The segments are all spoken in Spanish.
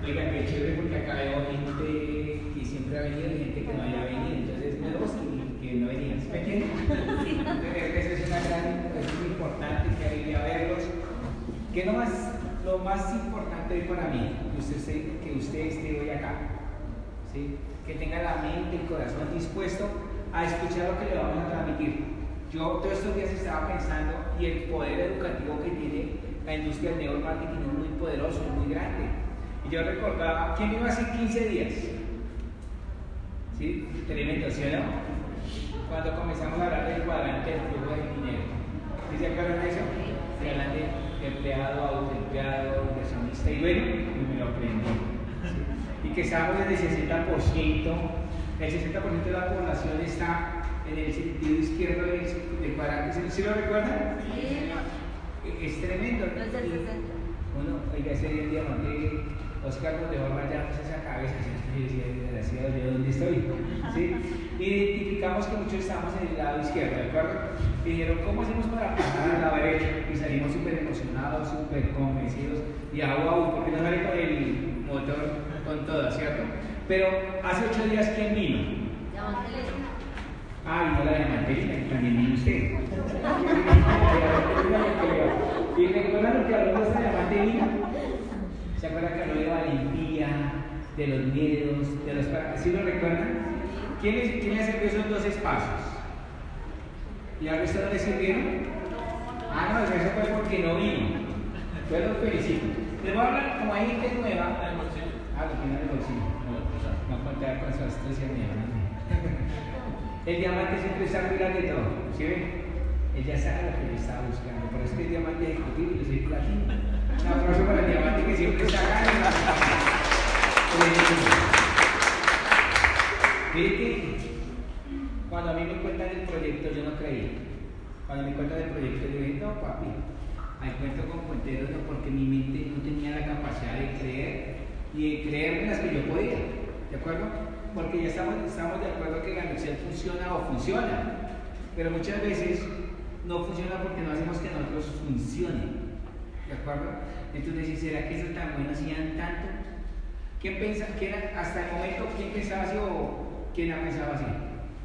Oiga, qué chévere porque acá veo gente que siempre ha venido y gente que no haya venido, entonces nuevos que no venían, ¿me entienden? Eso es una gran, es muy importante que hay a verlos. ¿Qué no más, lo más importante hoy para mí? Que usted esté hoy acá, ¿sí? Que tenga la mente, el corazón dispuesto a escuchar lo que le vamos a transmitir. Yo todos estos días estaba pensando y el poder educativo que tiene la industria del network marketing es muy poderoso, es muy grande. Y yo recordaba, ¿quién vino hace 15 días? ¿Sí? Tremendo, ¿sí o no? Cuando comenzamos a hablar del cuadrante del flujo de dinero. ¿Sí se acuerdan de eso? Se hablan de empleado, autoempleado, inversionista y dueño, y me lo aprendí. ¿Sí? Y que estamos en el 60%, el 60% de la población está en el sentido izquierdo del cuadrante. ¿Sí lo recuerdan? Sí. Es tremendo. Bueno, oiga, ese día el diamante, Oscar nos dejó rayarnos esa cabeza, y decía, desgraciado, ¿de dónde estoy? ¿Sí? Identificamos que muchos estamos en el lado izquierdo, ¿de acuerdo? Y dijeron, ¿cómo hacemos para pasar al lado derecho? Y salimos súper emocionados, súper convencidos, y porque no sale con el motor con todo, ¿cierto? Pero hace 8 días, ¿quién vino? Vino la diamantelina, que también vino usted. Y recuerdan que hablamos de la diamantelina. ¿Se acuerdan que habló de valentía, de los miedos, de los ¿sí lo recuerdan? ¿Quién les sirvió esos 2 espacios? ¿Y al resto no les sirvieron? No, eso fue porque no vino. Yo los felicito. Les voy a hablar, como hay gente nueva. Lo tiene en el bolsillo. No contar con su astucia mía. El diamante siempre está arriba de todo, ¿sí ven? Él ya sabe lo que yo estaba buscando, por eso es diamante ejecutivo y yo soy platino. Un aplauso para el diamante que siempre está acá. Miren que cuando a mí me cuentan el proyecto yo no creía. Cuando me cuentan el proyecto yo dije, no papi, me cuento con cuenteros no, porque mi mente no tenía la capacidad de creer y de creer en las que yo podía, ¿de acuerdo? Porque ya estamos de acuerdo que la Excel funciona o funciona, pero muchas veces no funciona porque no hacemos que nosotros funcione, ¿de acuerdo? Entonces decís, ¿será que eso tan bueno hacían tanto? ¿Quién piensa, hasta el momento, quién pensaba así o quién ha pensado así?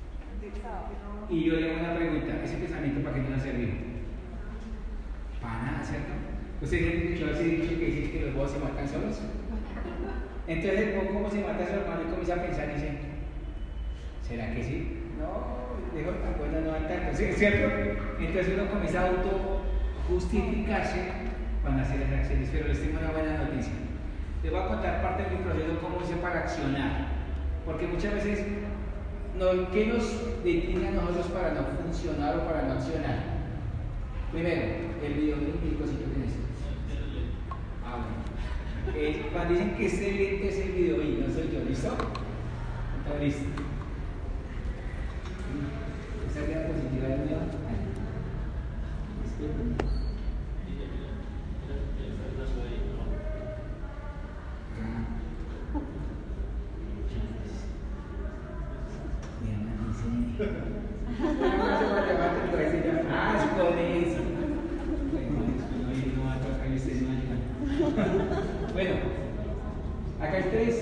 Y yo le hago una pregunta, ¿ese pensamiento para qué no ha servido? Para nada, ¿cierto? ¿Ustedes han escuchado ese dicho que dice que los bobos se matan solos? Entonces, ¿cómo se mata a su hermano y comienza a pensar y dice, ¿será que sí? No, dijo, tan buena no van tanto, ¿sí? ¿Cierto? Entonces uno comienza a auto-justificarse para hacer las acciones, pero les tengo una buena noticia. Les voy a contar parte de mi proceso, cómo hice para accionar, porque muchas veces, ¿qué nos detiene a nosotros para no funcionar o para no accionar? Primero, el video del cosito que necesitas. Cuando dicen que este lente es el video y no soy yo, ¿listo? ¿Está listo? ¿Esa es la diapositiva del video? Bueno, acá hay tres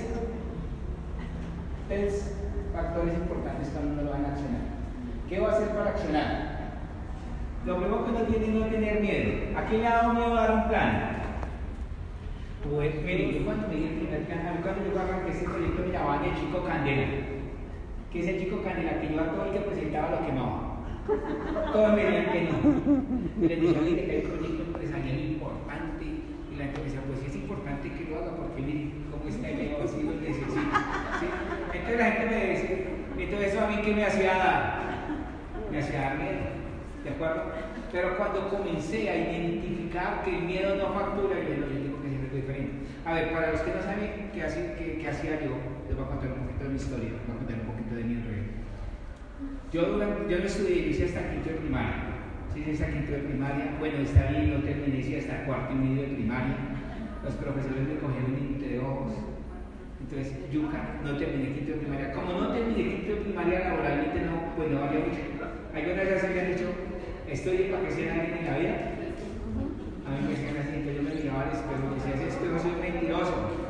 factores importantes cuando uno lo van a accionar. ¿Qué va a hacer para accionar? Lo primero que uno tiene es no tener miedo. ¿A quién le ha dado miedo a dar un plan? Pues, miren, yo cuando me di el primer plan, cuando yo arranqué este proyecto me llamaban el Chico Candela. ¿Qué es el Chico Candela? Que yo a todo el que presentaba lo quemaba. Todos me decían que no. Y les decía, mire, que hay un proyecto empresarial importante. Y la gente me decía, pues es importante que lo haga porque mire cómo está el negocio y lo necesita. ¿Sí? Entonces la gente me decía, entonces eso a mí que me hacía dar. Me hacía dar miedo, ¿de acuerdo? Pero cuando comencé a identificar que el miedo no factura, yo tengo que ser algo diferente. A ver, para los que no saben qué hacía yo, les voy a contar un poquito de mi historia, les voy a contar un poquito de mi enredo. Yo no estudié, hice hasta quinto de primaria. Sí, hice hasta quinto de primaria. Bueno, está bien, no terminé, hice hasta cuarto y medio de primaria. Los profesores me cogieron entre ojos. Entonces, yuca, no terminé quinto de primaria. Como no terminé quinto de primaria, laboralmente pues no valía mucho. Algunas veces me han dicho, estoy para que sea alguien en la vida. A mí me decían así, entonces yo me miraba al espejo y decía, es que no soy mentiroso. ¿Por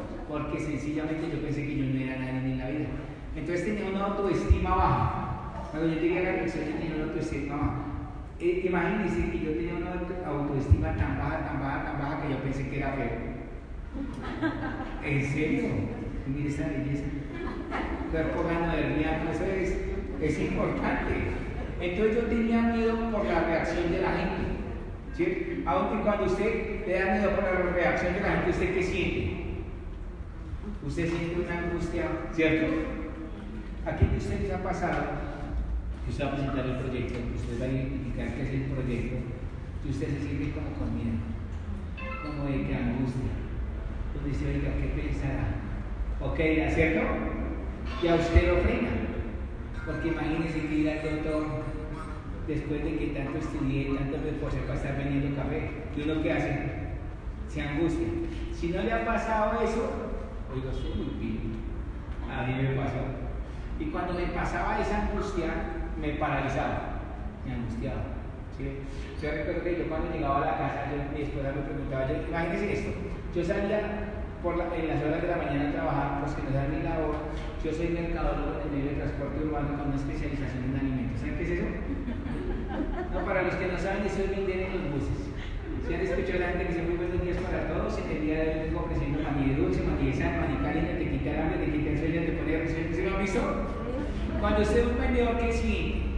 porque sencillamente yo pensé que yo no era nadie en la vida. Entonces tenía una autoestima baja. Cuando yo llegué a la reflexión, yo tenía una autoestima baja. Imagínense que yo tenía una autoestima tan baja que yo pensé que era feo. ¿En serio? Mire esa belleza. Cuerpo gano de riato, eso es importante. Entonces yo tenía miedo por la reacción de la gente. ¿Sí? Aunque cuando usted le da miedo por la reacción de la gente, ¿usted qué siente? Usted siente una angustia, ¿cierto? Aquí que usted les ha pasado, que usted va a presentar el proyecto, que usted va a identificar qué es el proyecto, y usted se siente como con miedo, como de que angustia. Entonces dice, oiga, ¿qué pensará? Ok, ¿cierto? Y a usted lo frena. Porque imagínese que ir al doctor después de que tanto estudié, tanto me esforcé para estar vendiendo café. ¿Y uno qué hace? Se angustia. Si no le ha pasado eso, oiga, soy muy pino. A mí me pasó. Y cuando me pasaba esa angustia, me paralizaba, me angustiaba. ¿Sí? Yo recuerdo que yo cuando llegaba a la casa, mi esposa me preguntaba, imagínese esto, yo salía en las horas de la mañana a trabajar, pues que no saben mi labor, yo soy mercadólogo en el medio de transporte urbano con una especialización en alimentos. ¿Saben qué es eso? No, para los que no saben, eso es vender en los buses. Si han escuchado a la gente que dice muy buenos días para todos, en el día de hoy vengo ofreciendo maní de dulce, maní de sal, maní caliente, te quita el hambre, te quita el sueño, te pone a presión. ¿Se lo han visto? Cuando usted es un vendedor que sí,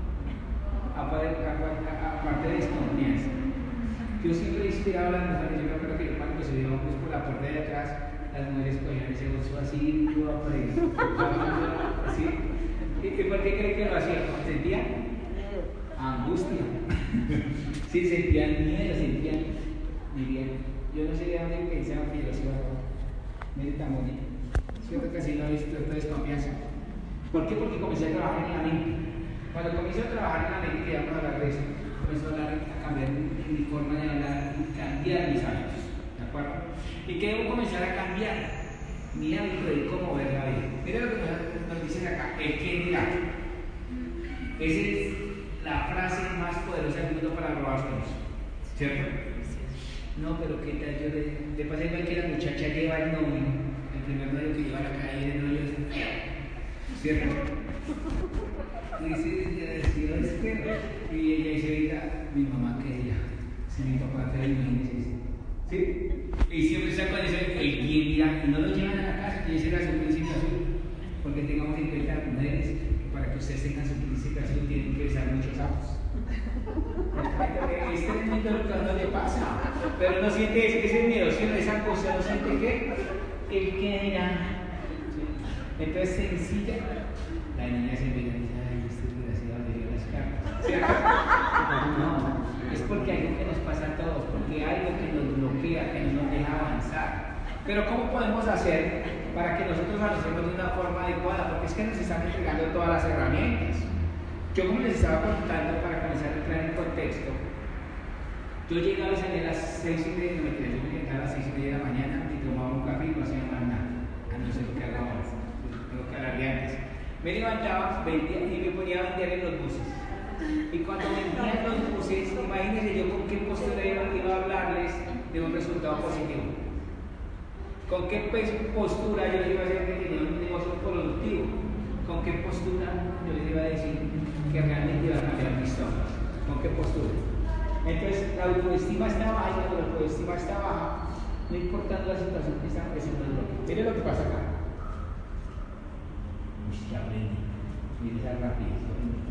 aparte de desconfianza, yo siempre he inspirado a las mujeres. Yo me acuerdo que yo cuando se iba pues, por la puerta de atrás, las mujeres cogían ese bolso así, yo así. ¿Y por qué creen que lo hacían? ¿Sentían? Angustia. Sí, sentían miedo, sentían. Yo no sé de dónde pensaban que yo los iba a robar. Miren tan bonito. Cierto que así no he visto esta desconfianza. ¿Por qué? Porque comencé a trabajar en la mente. Cuando comencé a trabajar en la mente, que ya vamos a hablar de eso, comenzó a cambiar mi forma de hablar y cambiar mis hábitos. ¿De acuerdo? ¿Y qué debo comenzar a cambiar? Mi hábito de cómo ver la vida. Mira lo que nos dicen acá, el quién dirá. Esa es la frase más poderosa del mundo para robar sueños. ¿Cierto? No, pero ¿qué tal? Yo le pasé igual que la muchacha lleva el novio, el primer novio que lleva a la calle de novio es ¿cierto? Y dice, y ella dice, mi mamá quería, si mi papá te imagínese, ¿sí? Y siempre está con eso, el quién dirá, y no lo llevan a la casa, y ese era su príncipe azul, porque tengamos en cuenta mujeres, que para que ustedes tengan su príncipe azul tienen que besar muchos sapos. Este es mundo lo que a uno le pasa, pero no siente ese miedo, sino esa cosa, no siente que el que dirá. Entonces sencilla, la niña se mira y dice, ay, este desgraciado le dio las cartas, ¿cierto? No, es porque hay algo que nos pasa a todos, porque hay algo que nos bloquea, que no nos deja avanzar. Pero ¿cómo podemos hacer para que nosotros avancemos de una forma adecuada? Porque es que nos están entregando todas las herramientas. Yo, como les estaba contando, para comenzar a entrar en contexto, yo llegaba y salía a las 6:30, no me quedé, yo me llegaba a las 6:30 de la mañana y tomaba un café y no hacía más nada, a no ser que haga ahora, tengo que hablar de antes. Me levantaba, vendía y me ponía a vender en los buses. Y cuando vendía en los buses, imagínense yo con qué postura iba a hablarles de un resultado positivo. Con qué postura yo les iba a decir que tenía un negocio productivo. Con qué postura yo les iba a decir que realmente iba a cambiar mi historia. ¿Con qué postura? Entonces, la autoestima está baja y cuando la autoestima está baja, no importando la situación que está presentando el bloque. Miren lo que pasa acá. Ya aprendí. Miren esa rapidez.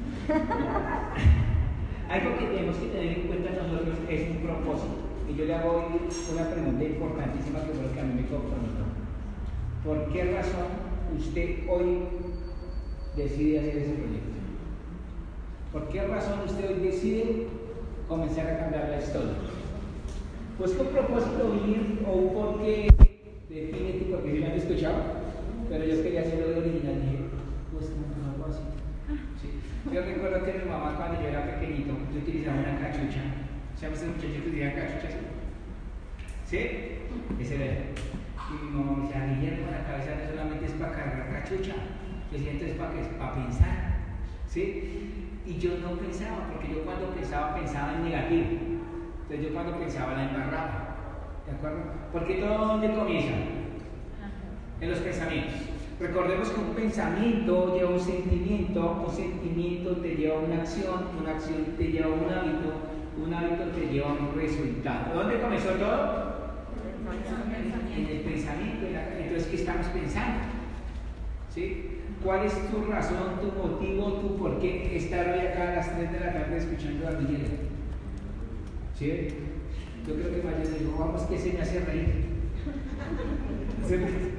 Algo que tenemos que tener en cuenta nosotros es un propósito. Y yo le hago hoy una pregunta importantísima que fue lo que a mí me comprometió. ¿Por qué razón usted hoy decide hacer ese proyecto? ¿Por qué razón usted hoy decide comenzar a cambiar la historia? Pues con propósito vivir o porque define, porque si lo han escuchado, pero yo quería hacerlo de original y dije, pues no algo así. Sí. Yo recuerdo que mi mamá cuando yo era pequeñito, yo utilizaba una cachucha. ¿Sabes ese muchacho que utilizaba cachuchas? ¿Sí? Ese era. Y mi mamá me decía, Guillermo, la cabeza no solamente es para cargar cachucha, yo decía, entonces para qué es para pensar. ¿Sí? Y yo no pensaba, porque yo cuando pensaba en negativo. Entonces yo cuando pensaba la embarraba. ¿De acuerdo? Porque todo donde comienza. en los pensamientos. Recordemos que un pensamiento lleva un sentimiento te lleva a una acción te lleva a un hábito te lleva a un resultado. ¿Dónde comenzó todo? En el pensamiento. Entonces, ¿qué estamos pensando? ¿Sí? ¿Cuál es tu razón, tu motivo, tu por qué estar hoy acá a las 3 de la tarde escuchando a Miguel? ¿Sí? Yo creo que Mayo dijo, vamos, que se me hace reír. ¿Sí?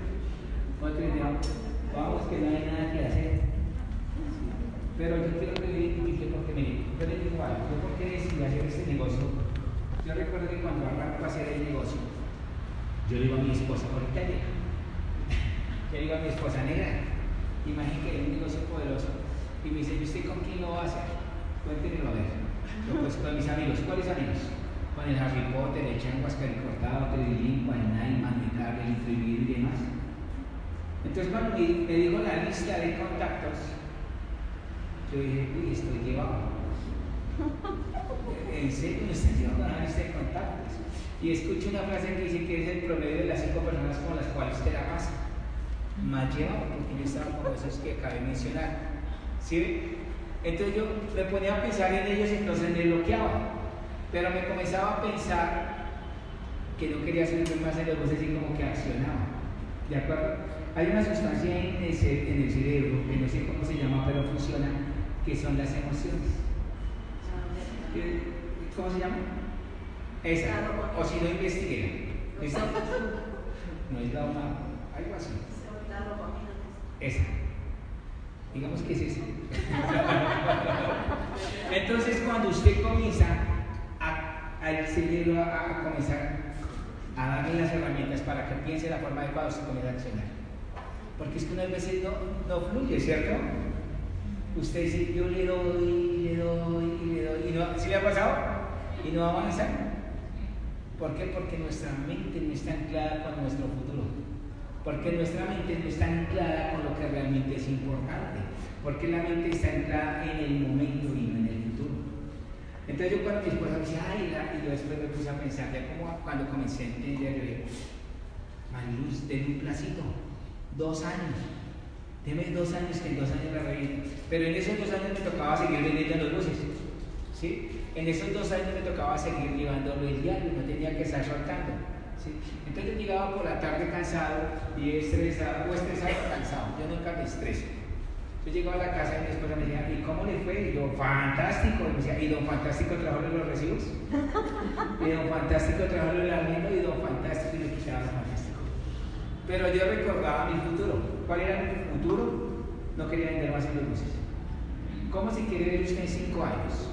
Vamos, que no hay nada que hacer. Pero yo quiero que me identifique porque yo le digo algo, yo por qué decidí hacer este negocio. Yo recuerdo que cuando arranco a hacer el negocio, yo le digo a mi esposa, ahorita llega. Yo le digo a mi esposa, negra, imagínate que es un negocio poderoso. Y me dice, ¿y usted con quién lo va a hacer? Cuéntenmelo a ver. Yo, pues con mis amigos. ¿Cuáles amigos? Con el Harry Potter, el Changuas, Caricortado, Trilín, Guaynay, Magnetar, el Introivir y demás. Entonces cuando me dijo la lista de contactos, yo dije, uy, estoy llevado. En serio, me están llevando a una lista de contactos. Y escucho una frase que dice que es el promedio de las 5 personas con las cuales te la pasa. Más llevado, porque yo estaba con esos que acabé de mencionar. ¿Sí? Entonces yo me ponía a pensar en ellos, entonces me bloqueaba. Pero me comenzaba a pensar que no quería subir más en los voces y como que accionaba. ¿De acuerdo? Hay una sustancia en el cerebro, que no sé cómo se llama, pero funciona, que son las emociones. ¿Cómo se llama? Esa. O si no, investiguen. ¿Listo? No es la una, algo así. Esa. Digamos que es esa. Entonces, cuando usted comienza al cerebro a comenzar a darle las herramientas para que piense de la forma adecuada, usted comienza a accionar. Porque es que unas veces no fluye, ¿cierto? Usted dice, yo le doy, y no, ¿sí le ha pasado? Y no va a avanzar. ¿Por qué? Porque nuestra mente no está anclada con nuestro futuro. Porque nuestra mente no está anclada con lo que realmente es importante. Porque la mente está anclada en el momento y no en el futuro. Entonces yo cuando mi esposa me decía, y yo después me puse a pensar, ya como cuando comencé a entender, yo dije, Mariluz, denme un placito, 2 años. Deme 2 años, que en 2 años la reviento. Pero en esos 2 años me tocaba seguir vendiendo los buses. ¿Sí? En esos 2 años me tocaba seguir llevándolo el diario, no tenía que estar soltando. ¿Sí? Entonces yo llegaba por la tarde cansado y estresado, o estresado o cansado. Yo nunca me estreso. Yo llegaba a la casa y mi esposa me decía, ¿y cómo le fue? Y yo, fantástico. Y me decía, ¿y don Fantástico trabajó en los recibos? Y don Fantástico trabajó en el arriendo, y don Fantástico, y le quitaba don Fantástico. Pero yo recordaba mi futuro. ¿Cuál era mi futuro? No quería vender más en los buses. ¿Cómo se quiere ver usted en 5 años?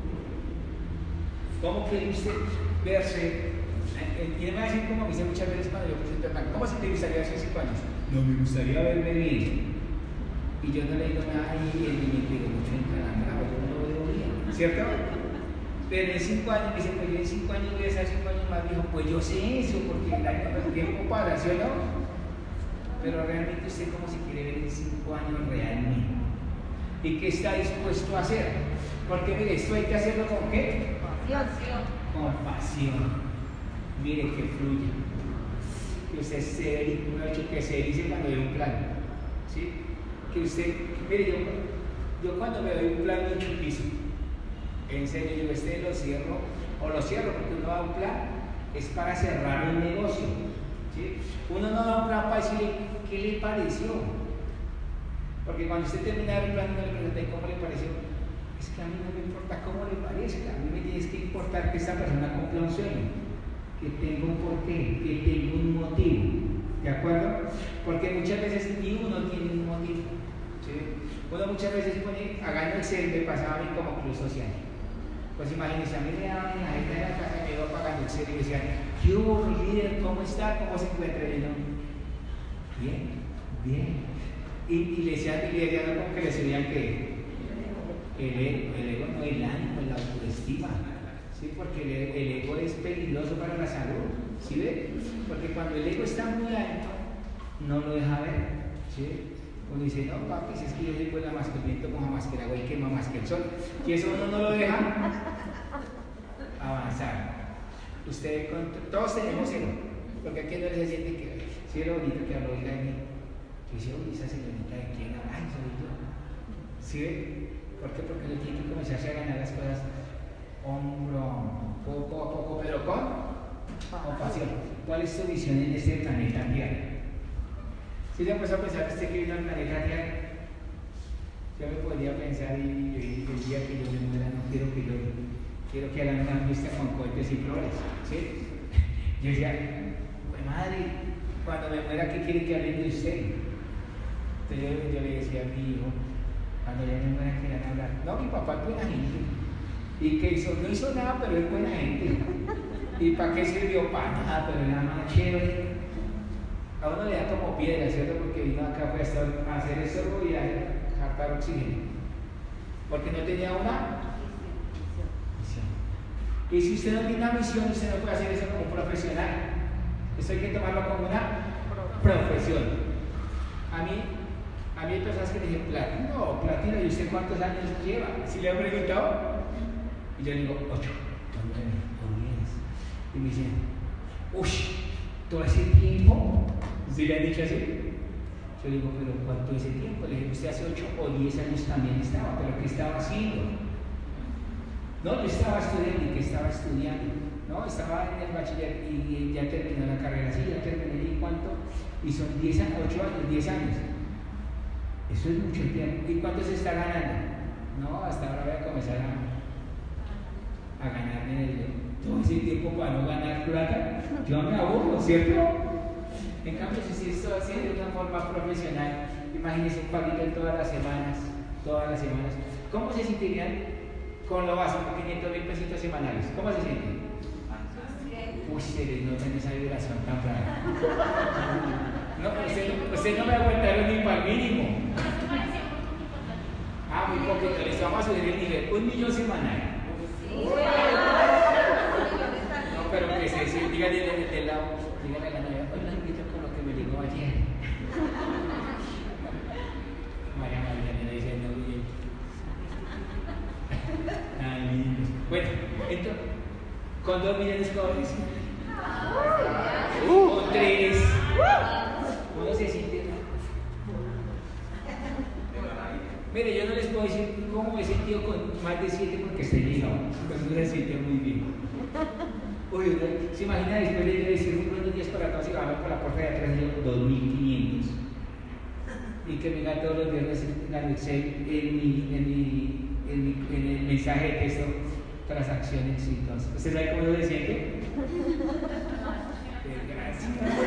¿Cómo quiere usted verse? Y me va a decir, como me dice muchas veces cuando yo presento el plan, ¿cómo se te gustaría verse en 5 años? No, me gustaría verme bien. Y yo no le digo nada y él me pide mucho encalambrado, yo no lo veo bien, ¿cierto? Pero en 5 años me dice, pues yo en 5 años voy a estar 5 años más. Dijo, pues yo sé eso, porque el tiempo pasa, ¿sí o no? Pero realmente usted cómo se quiere ver en 5 años realmente. ¿Y qué está dispuesto a hacer? Porque mire, esto hay que hacerlo con ¿qué? Con pasión. Mire, que fluya. Que usted que se dice cuando ve un plan. ¿Sí? Que usted, mire, yo cuando me doy un plan de 8 pisos, en serio, yo lo cierro, porque uno da un plan, es para cerrar un negocio. ¿Sí? Uno no da un plan para decirle qué le pareció. Porque cuando usted termina el plan, no le pregunta cómo le pareció. Es que a mí no me importa cómo le parezca, a mí me tiene que importar que esta persona cumpla un sueño, que tenga un porqué, que tenga un motivo. ¿De acuerdo? Porque muchas veces ni uno tiene un motivo. ¿Sí? Uno muchas veces pone, hagan Excel, me pasaba a mí como club social. Pues imagínense, a mí me daban en la gente de la casa, me iba pagando Excel y me decían, ¿qué hubo, mi líder? ¿Cómo está? ¿Cómo se encuentra? Y yo, bien. Y le decían como que le subían que el ego no, el ánimo, la autoestima. ¿Sí? Porque el ego es peligroso para la salud. ¿Sí ve? Porque cuando el ego está muy alto, no lo deja ver. ¿Sí? Uno dice, no, papi, si es que yo soy buena más que el viento, como más que el agua y quema más que el sol. Y eso uno no lo deja avanzar. Todos tenemos ego, porque aquí no les siente que Sí, era bonito que habló de mí. Y dice, uy, esa señorita de quién habla, ay, soy yo. ¿Sí ve? ¿Por qué? Porque uno tiene que comenzarse a ganar las cosas hombro a hombro, poco a poco, pero con pasión. ¿Cuál es tu visión en este planeta Tierra? Si yo empezó a pensar que usted que vino al planeta Tierra, yo me podría pensar y el día que yo me muera no quiero que hagan una fiesta con cohetes y flores, ¿sí? Yo decía, pues madre, cuando me muera, ¿qué quiere que hablen de usted? Entonces yo le decía a mi hijo, cuando ya me muera, quieran hablar. No, mi papá es buena gente. ¿Y qué hizo? No hizo nada, pero es buena gente. ¿Y para qué sirvió? Para nada, pero era más chévere. A uno le da como piedra, ¿cierto? Porque vino acá fue a hacer eso y a captar oxígeno. Porque no tenía una misión. Y si usted no tiene una misión, usted no puede hacer eso como profesional. Eso hay que tomarlo como una profesión. A mí hay personas que me dicen, platino, ¿y usted cuántos años lleva? ¿Sí le han preguntado? Y yo digo, 8, 9 o 10. Y me dicen, uy, ¿todo ese tiempo? ¿Sí le han dicho así? Yo digo, pero ¿cuánto ese tiempo? Le dije, usted hace 8 o 10 años también estaba, pero ¿qué estaba haciendo? No, yo estaba estudiando. ¿Y qué estaba estudiando? No, estaba en el bachiller y ya terminó la carrera. Sí, ya terminé. ¿Y cuánto? Y son 10 años, 8 años, 10 años. Eso es mucho tiempo. ¿Y cuánto se está ganando? No, hasta ahora voy a comenzar a ganarme todo ese tiempo para no ganar plata. Yo me aburro, ¿cierto? En cambio, si esto hace de una forma profesional, imagínense un paquete todas las semanas. ¿Cómo se sentirían con lo básico, 500.000 pesitos semanales? ¿Cómo se sienten? Uy, se les nota en esa vibración tan rara. No, usted no me aguantaron ni para el mínimo. Muy poquito, les vamos a subir el nivel, 1 millón semanal. No, pero que se dice, dígale del lado, dígale a la novia, hoy la invito con lo que me llegó ayer. María le dice, no, bien. Ay, niños. Bueno, entonces, con 2 millones pobres. Con 3. Uno se siente. Mire, yo no les puedo decir cómo me he sentido con más de 7 porque estoy ligado. Entonces no se siente muy bien. Uy, ¿se imagina después de decir muy buenos días para todos y bajarme por la puerta de atrás de 2.500? Y que venga todos los viernes en el mensaje de texto, transacciones exitosas. ¿Usted sabe cómo se siente? Gracias.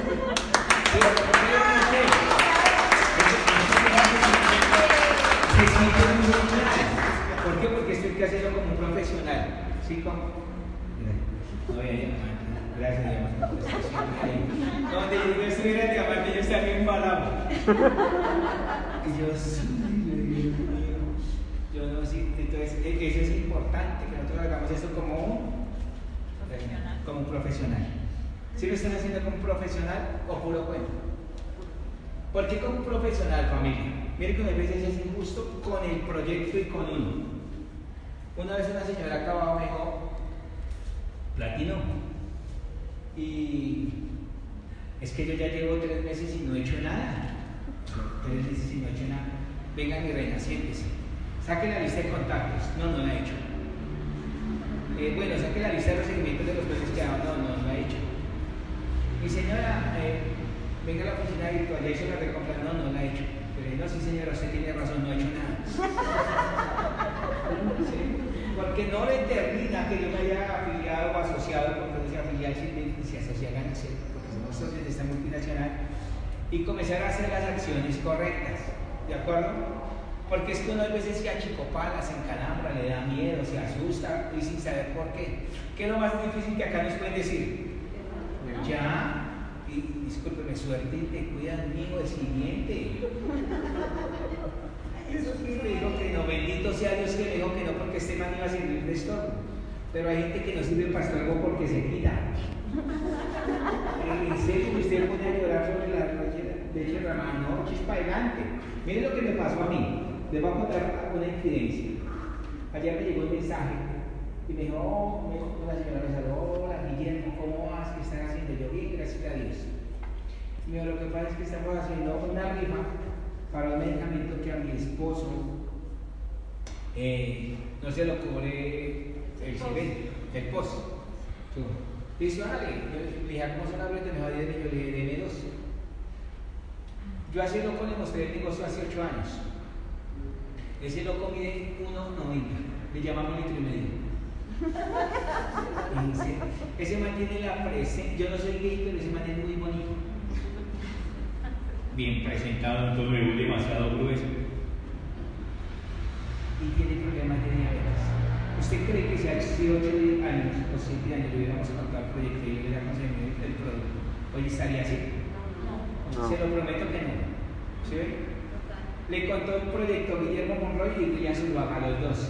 ¿Por qué? Porque estoy que hacerlo como un profesional. ¿Sí? ¿Cómo? No voy a llamar. Gracias, diamante. Donde yo estuviera diamante, yo estaría embalado. Y yo sí, yo no sí. Entonces, eso es importante, que nosotros hagamos esto como un profesional. ¿Sí lo están haciendo como un profesional o puro cuento? ¿Por qué como un profesional, familia? Miren que a veces es injusto con el proyecto y con uno. Una vez una señora acababa me dijo, platino, y es que yo ya llevo 3 meses y no he hecho nada. 3 meses y no he hecho nada. Venga mi reina, siéntese. Saque la lista de contactos. No la he hecho. Bueno, saque la lista de los seguimientos de los meses que ha dado. No la he hecho. Mi señora, venga a la oficina virtual, ya hizo la recompra. No la he hecho. Pero no, sí señora, usted tiene razón, no he hecho nada. ¿Sí? Porque no determina que yo me haya afiliado o asociado, porque se afilia y se asocia a ganarse, porque somos socios de esta multinacional, y comenzar a hacer las acciones correctas, ¿de acuerdo? Porque es que uno a veces se achicopala, se encalambra, le da miedo, se asusta y sin saber por qué. ¿Qué es lo más difícil que acá nos pueden decir? Ya, y discúlpeme, suerte y te cuida amigo el siguiente. Eso sí me dijo que no, bendito sea Dios que me dijo que no, porque este man iba a servir de estorbo. Pero hay gente que no sirve para estorbo porque se quita. En serio, usted pone a llorar sobre la leche ramada, no, chispa adelante. Miren lo que me pasó a mí. Les voy a contar una infidencia. Ayer me llegó un mensaje y me dijo, la señora me saludó, hola Guillermo, ¿cómo vas? ¿Qué están haciendo? Yo bien, gracias a Dios. Mira, lo que pasa es que estamos haciendo una rifa para un medicamento que a mi esposo no se lo cobre el CIBEN, el POS. Dice, dale, yo le dije, ¿cómo son las bretas? Me va a 10 millones, le dije, deme 2. Yo a ese loco le mostré el negocio hace 8 años. Ese loco mide 1,90, le llamamos litro y medio. Ese man tiene la presencia, yo no soy gay, pero ese man es muy bonito. Bien presentado, un W demasiado grueso. Y tiene problemas de diabetes. ¿Usted cree que si hace 8 años o 7 años le hubiéramos contado el proyecto y le hubiéramos conseguido el producto, hoy estaría así? No. Se lo prometo que no. ¿Sí ve? Le contó el proyecto a Guillermo Monroy y ya se lo haga a los dos.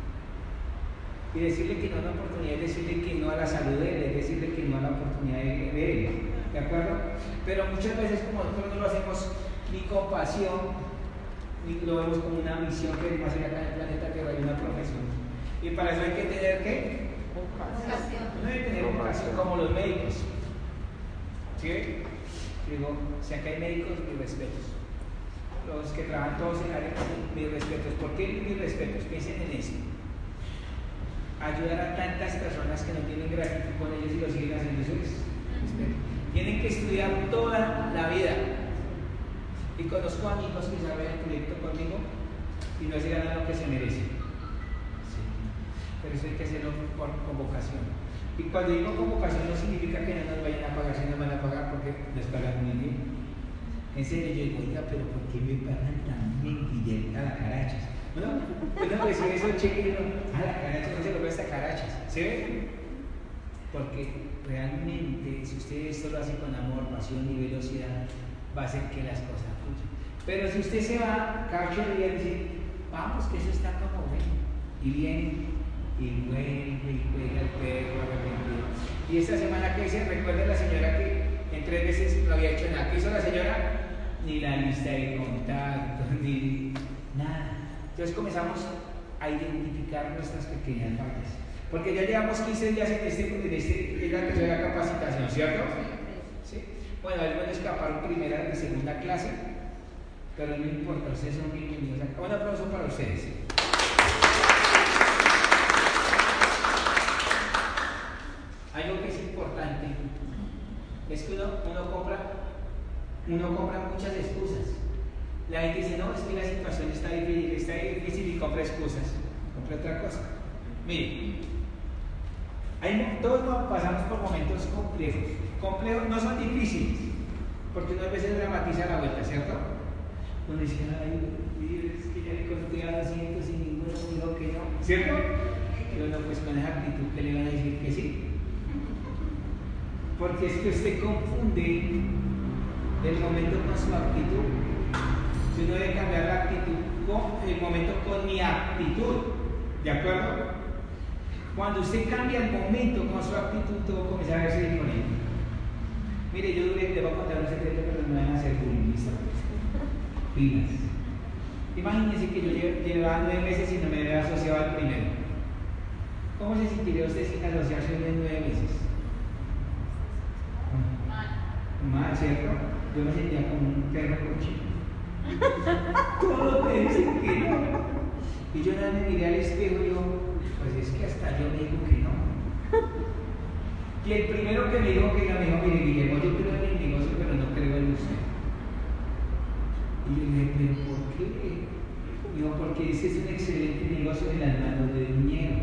Y decirle que no a la oportunidad es decirle que no a la salud de él, es decirle que no a la oportunidad de él. ¿De acuerdo? Pero muchas veces, como nosotros no lo hacemos ni con pasión, ni lo vemos como una misión que debemos hacer acá en el planeta, que hay una profesión. Y para eso hay que tener ¿qué? Vocación. No hay que tener vocación como los médicos. ¿Sí? Digo, si acá hay médicos, mis respetos. Los que trabajan todos en área, mis respetos. ¿Por qué mis respetos? Piensen en eso. Ayudar a tantas personas que no tienen gratitud con ellos y lo siguen haciendo, eso es respeto. Tienen que estudiar toda la vida. Y conozco amigos que saben el proyecto conmigo y no se ganan lo que se merecen. Sí. Pero eso hay que hacerlo con vocación. Y cuando digo con vocación no significa que no nos vayan a pagar, si nos van a pagar porque les pagan muy bien. En serio, yo digo, oiga, pero ¿por qué me pagan tan bien Guillermo a la carachas? Bueno, uno recibe esos cheques y uno, a la caracha no se lo cuesta carachas. ¿Sí ve? Porque realmente, si usted esto lo hace con amor, pasión y velocidad, va a hacer que las cosas fluyan. Pero si usted se va cada 8 días y dice, vamos, que eso está como bueno, y viene, y vuelve, y juega el perro arrepentido. Y esta semana que hice, recuerda la señora que en 3 veces no había hecho nada. ¿Qué hizo la señora? Ni la lista de contactos, ni nada. Entonces comenzamos a identificar nuestras pequeñas fallas. Porque ya llevamos 15 días en la tercera capacitación, ¿cierto? Sí. Bueno, es bueno escapar primera y segunda clase, pero no importa, ustedes son bienvenidos acá. Un aplauso para ustedes. Algo que es importante es que uno compra muchas excusas. La gente dice, no, es que la situación está difícil y compra excusas. Compra otra cosa. Miren, todos pasamos por momentos complejos. Complejos no son difíciles, porque uno a veces dramatiza la vuelta, ¿cierto? Uno dice, ay, es que ya le conté a 200 y ninguno dijo que no, ¿cierto? Pero no, pues con esa actitud que le van a decir que sí. Porque es que usted confunde el momento con su actitud. Si uno debe cambiar la actitud con el momento con mi actitud, ¿de acuerdo? Cuando usted cambia el momento con su actitud, todo comienza a verse diferente. Mire, yo le voy a contar un secreto, pero no me van a hacer publicista. Pilas. Imagínense que yo llevaba 9 meses y no me había asociado al primero. ¿Cómo se sentiría usted sin asociarse en 9 meses? Mal, ¿cierto? Yo me sentía como un perro cochino. Todos me dicen que no. Y yo nada me miré al espejo y yo, pues es que hasta yo me digo que no. Y el primero que me dijo que no, me dijo, mire Guillermo, yo creo en el negocio, pero no creo en usted. Y yo le dije, ¿pero por qué? Digo, porque ese es un excelente negocio en las manos de dinero.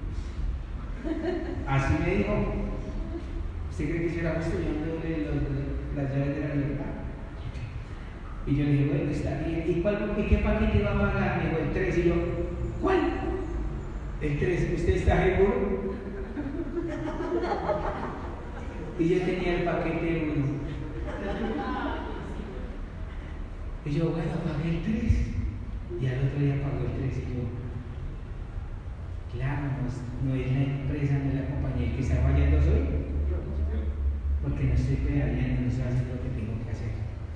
Así me dijo. ¿Usted cree que eso era justo? Yo no le las llaves de la libertad. Y yo le dije, bueno, está bien. ¿Y qué paquete va a pagar? Me dijo, el 3. Y yo, ¿cuál? El 3. ¿Usted está seguro? Y yo tenía el paquete 1. Y yo, bueno, pagué el 3. Y al otro día pagó el 3. Y yo, claro, no es la empresa, no es la compañía que está fallando hoy. Porque no estoy pedaleando, no estoy haciendo lo que tengo que hacer.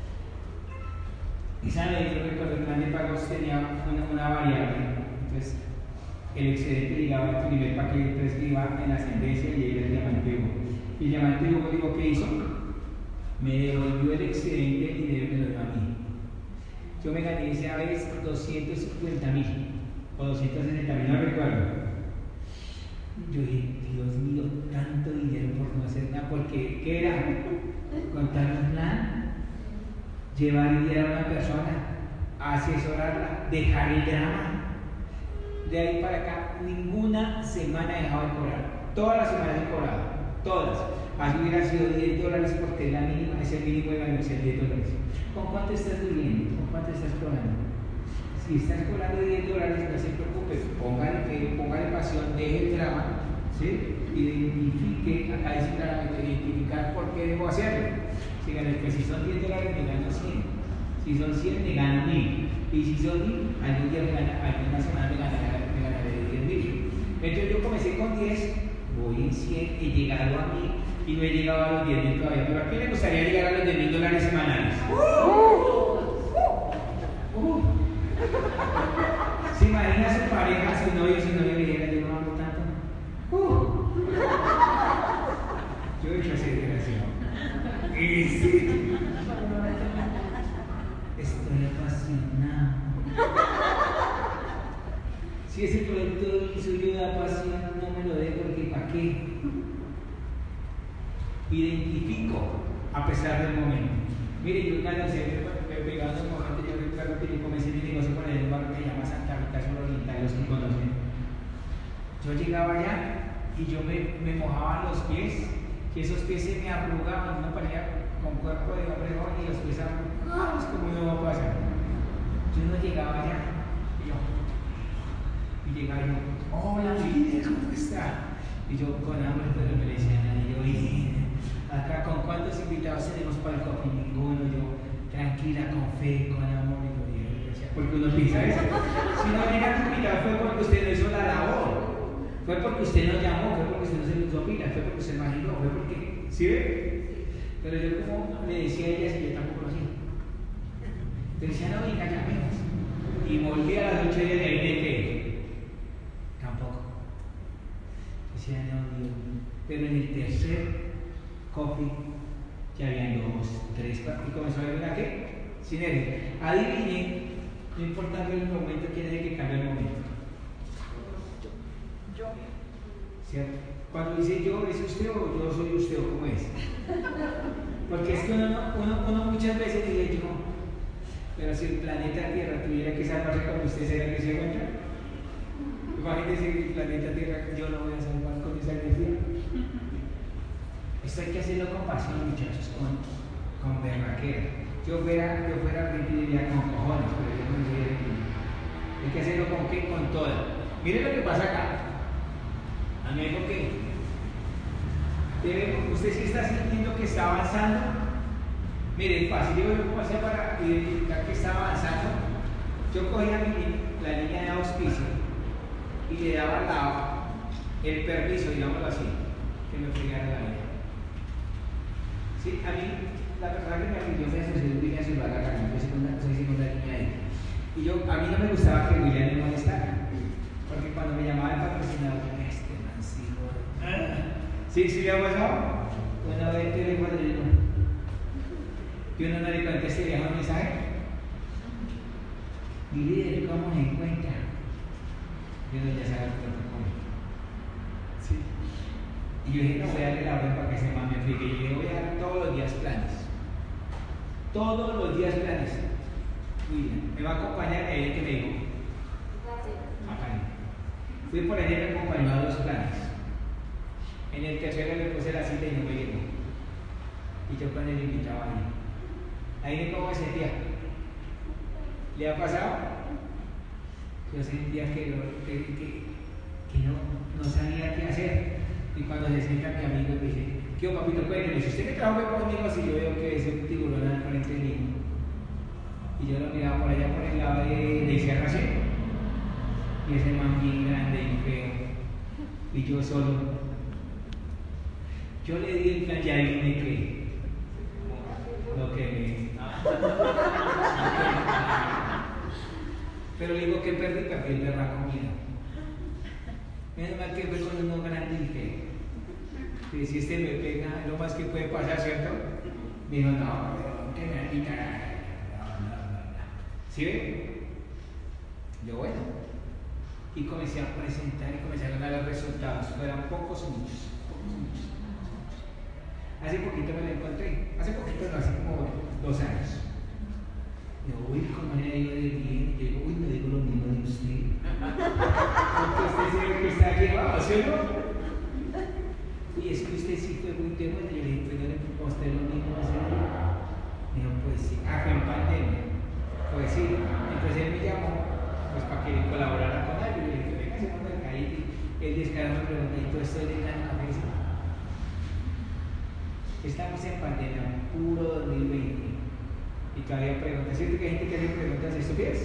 Y sabe, yo recuerdo el plan de pagos tenía una variable. Entonces, el excedente llegaba al primer paquete, entonces iba en ascendencia y llega el diamante 1. Y el diamante 1 digo, ¿qué hizo? me devolvió el excedente del dinero y me lo dio a mí. Yo me gané esa vez 250.000 o 260.000, no recuerdo. Yo dije, Dios mío, tanto dinero por no hacer nada, porque ¿qué era? Contar un plan, llevar y guiar a una persona, asesorarla, dejar el drama. De ahí para acá, ninguna semana he dejado de cobrar. Todas las semanas he cobrado, todas. Así hubiera sido $10 porque es la mínima, es el mínimo de la universidad, $10. ¿Con cuánto estás viviendo? ¿Con cuánto estás cobrando? Si estás cobrando $10, no se preocupe, póngale pasión, deje el drama, ¿sí? Identifique, acá dice claramente, identificar por qué debo hacerlo. Si son $10, me gano 100. Si son 100, me gano 1.000. Y si son 1.000, algún día alguna semana me ganaré 10.000. Entonces yo comencé con 10, voy en 100, he llegado a 1.000 y no he llegado a los 10.000 todavía. Pero ¿a quién le gustaría llegar a los $10.000 semanales? ¿Se imagina su pareja, su novio le dijera, yo no hago tanto? Yo he hecho así, desgraciado. Sí. Estoy apasionado. Si ese producto suyo da pasión, no me lo dé porque ¿para qué? Identifico a pesar del momento. Mire, yo cuando me pegaba en un momento, yo recuerdo que yo comencé mi negocio con el barrio que se llama Santa Rita Sur Oriental, los que conocen. Yo llegaba allá y yo me mojaba los pies, que esos pies se me arrugaban, una pareja con cuerpo de hombre y los pies arrugados, como no va a pasar. Yo no llegaba allá y llegaba yo, hola líder, ¿cómo está? Y yo con hambre, pero me decían a yo, acá con cuántos invitados tenemos para el coffee, ninguno, yo tranquila, con fe, con amor, y yo, porque uno piensa eso. Si no llega tu invitado fue porque usted no hizo la labor, fue porque usted no llamó, fue porque usted no se puso pila, fue porque usted imaginó, fue porque, ¿sí ve? Pero yo como le decía a ella, si yo tampoco lo hacía. Le decía, no, venga, llamemos. Y volví a las 8 días de ahí de que tampoco. Decía, no, Dios mío. Pero en el tercer coffee ya habían 2, 3, 4 y comenzó a haber una ¿qué? Sinergia. Adivinen, no importa el momento, quién es el que cambia el momento. Yo. ¿Cierto? Cuando dice yo, ¿es usted o yo soy usted o cómo es? Porque es que uno muchas veces dice yo, pero si el planeta Tierra tuviera que salvarse con usted, ¿será que se encuentra? Imagínense que el planeta Tierra, yo lo voy a salvar con esa energía. Esto hay que hacerlo con pasión, muchachos, con berraquera. Yo fuera rico y diría con cojones, pero yo no diría rico. Hay que hacerlo con qué, con toda. Miren lo que pasa acá. A mí me dijo que usted sí está sintiendo que está avanzando. Mire, fácil, yo cómo hacía para identificar que está avanzando. Yo cogía la línea de auspicio y le daba el permiso, digámoslo así, que me fregara la vida. Sí, a mí, la persona que me atendió me asoció William Zuluaga Carmen, yo soy segunda línea de él. Y a mí no me gustaba que William me molestara, porque cuando me llamaba el patrocinador, este man sigo. ¿Sí me ha pasado? Una vez el teléfono y uno no le contesta y le deja un mensaje. Mi líder, ¿cómo se encuentra? Y uno ya sabe el protocolo. Sí. Y yo dije, no voy a darle la orden para que se me explique. Y le voy a dar todos los días planes. Todos los días planes. William, me va a acompañar él que me dijo. Fui por allá y me acompañó a 2 planes. En el tercero le puse la cita y no me llegó. Y yo con él invitaba ahí. Ahí de cómo me sentía. ¿Le ha pasado? Yo sentía que no sabía qué hacer. Y cuando se sienta mi amigo me dice, ¿qué papito? Cuénteme, si usted me trabaja conmigo, si yo veo que es un tiburón al frente de mí. Y yo lo miraba por allá por el lado de Sierra C. Y ese man bien grande y feo. Y yo solo. Yo le di el plan y ahí me quedé. Lo que me. Pero le digo que perdí el berraco miedo. Menos mal que fue con uno grande y feo. Que si este me pega, es lo más que puede pasar, ¿cierto? Me dijo, no, pero que me quitan. No. ¿Sí ve? Yo, bueno. Y comencé a presentar y comenzaron a dar resultados. Fueron pocos y muchos. Hace poquito me lo encontré. Hace poquito, no, hace como 2 años. Yo, uy, ¿cómo le ha ido de bien? Yo digo, uy, no digo lo mismo de usted. Porque usted se ve que está llevado, ¿sí o no? Y es que usted sí fue muy tema. Yo le dije, pues yo le pongo a usted lo mismo hace día. Me dijo, pues sí, fue en pandemia. Pues sí, entonces él me llamó pues para que colaborara con algo. Y yo le dije, venga, se manda acá. Y él descarado me pregunta, ¿y tú estoy de cada cabeza? Estamos en pandemia, puro 2020. Y todavía preguntas, ¿cierto que hay gente que hace preguntas estúpidas?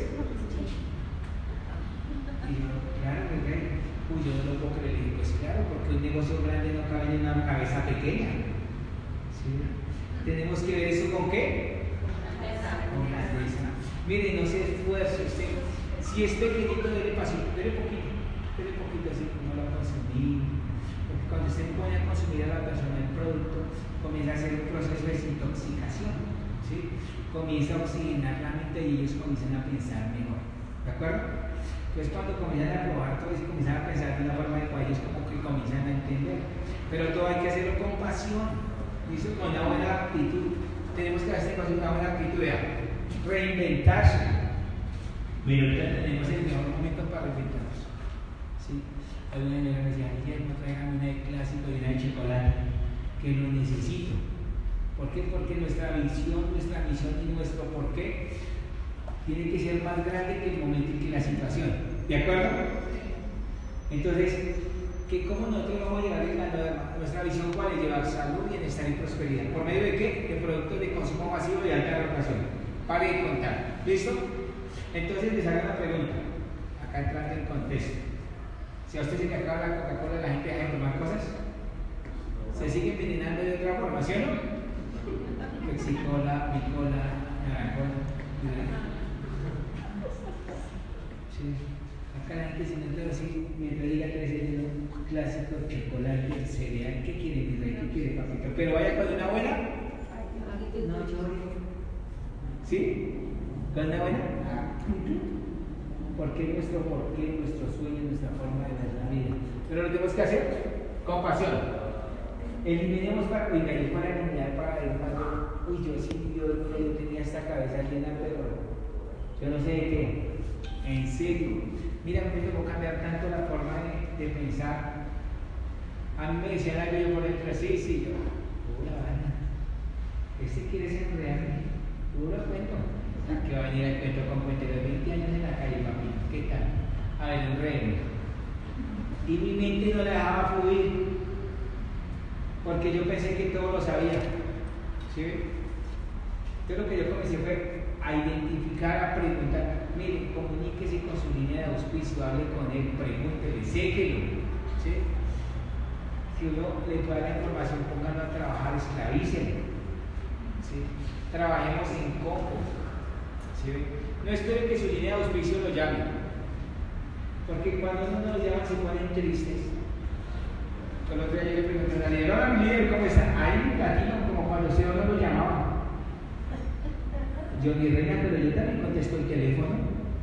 Y yo, claro, ¿verdad? Uy, yo no lo puedo creer. Y digo, pues claro, porque un negocio grande no cabe en una cabeza pequeña. ¿Sí? ¿Tenemos que ver eso con qué? Con la cabeza. Mire, no se esfuerce usted. Si es pequeñito, dele pasito, dele poquito así como lo consumí. Porque cuando usted pone a consumir a la persona el producto, comienza a hacer un proceso de desintoxicación. ¿Sí? Comienza a oxigenar la mente y ellos comienzan a pensar mejor. ¿De acuerdo? Entonces cuando comienzan a probar todo eso y comienzan a pensar de una forma adecuada, ellos como que comienzan a entender. Pero todo hay que hacerlo con pasión, ¿listo? Con una buena actitud. Tenemos que hacer una buena actitud, vea, reinventarse. Pero ahorita tenemos el mejor momento para reinventarnos. ¿Sí? Hay una de las decía, Guillermo, traigan una de clásico y una de chocolate, que lo necesito. ¿Por qué? Porque nuestra visión, nuestra misión y nuestro porqué tiene que ser más grande que el momento y que la situación. ¿De acuerdo? Entonces, ¿cómo nosotros vamos a llegar a nuestra visión? ¿Cuál es? Llevar salud, bienestar y prosperidad. ¿Por medio de qué? De productos de consumo masivo de alta rotación. Pare de contar. ¿Listo? Entonces les hago una pregunta. Acá entrando en contexto. Si a usted se le acaba la Coca-Cola, la gente deja de tomar cosas. ¿Se sigue envenenando de otra forma, sí o no? Pepsi-Cola, Bicola, Naranjola. Sí. Acá la gente se nota así, mientras diga 3 veces un clásico, chocolate, cereal, ¿qué quiere, mi rey? ¿Qué quiere, papito? Pero vaya con una buena. No, yo. ¿Sí? ¿Con una buena? Porque nuestro porqué, nuestro sueño, nuestra forma de ver la vida. Pero lo tenemos que hacer con pasión. Eliminemos para eliminar para ir cuando, uy, yo sí, yo tenía esta cabeza llena, pero yo no sé de qué. En serio, mira, me tocó cambiar tanto la forma de pensar. A mí me decían algo, yo por dentro, sí, yo, la vaina. Este quiere ser real, puro cuento. Que va a venir el cuento con cuento de 20 años en la calle, papi. ¿Qué tal? A ver, un rey. Y mi mente no la dejaba fluir. Porque yo pensé que todo lo sabía. ¿Sí? Entonces lo que yo comencé fue a identificar, a preguntar. Mire, comuníquese con su línea de auspicio, hable con él, pregúntele, séquelo. ¿Sí? Si uno le puede dar la información, pónganlo a trabajar, esclavícenlo. ¿Sí? Trabajemos en combo. ¿Sí? No esperen que su línea de auspicio lo llame. Porque cuando uno nos llama se ponen tristes. El otro día yo le pregunté a alguien, hola mi líder, ¿cómo está? Ahí un latino como cuando usted no lo llamaba. Yo ni reina, pero yo también contesto el teléfono.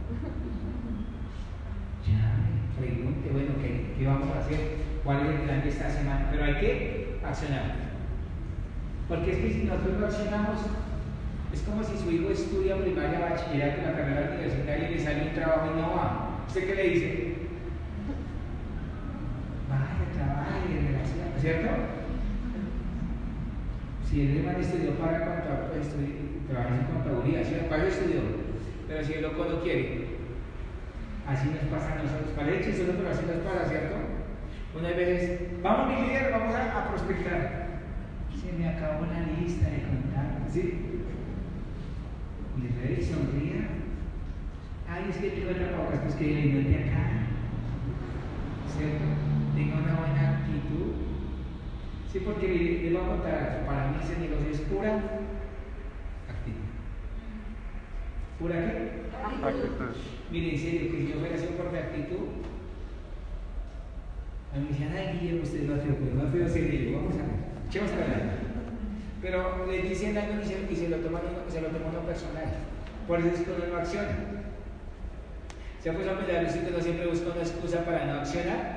Ya, pregunte, bueno, ¿qué vamos a hacer? ¿Cuál es el plan de esta semana? Pero hay que accionar. Porque es que si nosotros no accionamos, es como si su hijo estudia primaria, bachillerato, la carrera universitaria y le sale un trabajo y no va. ¿Usted qué le dice? Vaya, trabaje, relación, ¿cierto? Si el hermano estudió para contar, pues trabaja en contaduría, ¿sí? ¿Cuál estudió? Pero si el loco no quiere, así nos pasa a nosotros. Parece solo, pero así nos pasa, ¿cierto? Unas veces, vamos mi líder, vamos a prospectar. Se me acabó la lista de contactos, ¿sí? Y el rey sonría. Ay, es que tengo tapabocas, pues que no te acá. ¿Cierto? Tenga una buena actitud. Sí, porque le voy a contar, para mí ese negocio es pura actitud. ¿Pura qué? Actitud. Mire, en serio, que si yo fuera así por mi actitud, a mí me decían, ay, Guillermo, usted es más feo, pero más feo serio. Vamos a ver, echemos para adelante. Pero les dicen algo y se lo toman uno personal. Por eso es que uno no acciona. ¿Se ha puesto a pensar usted que uno siempre busca una excusa para no accionar?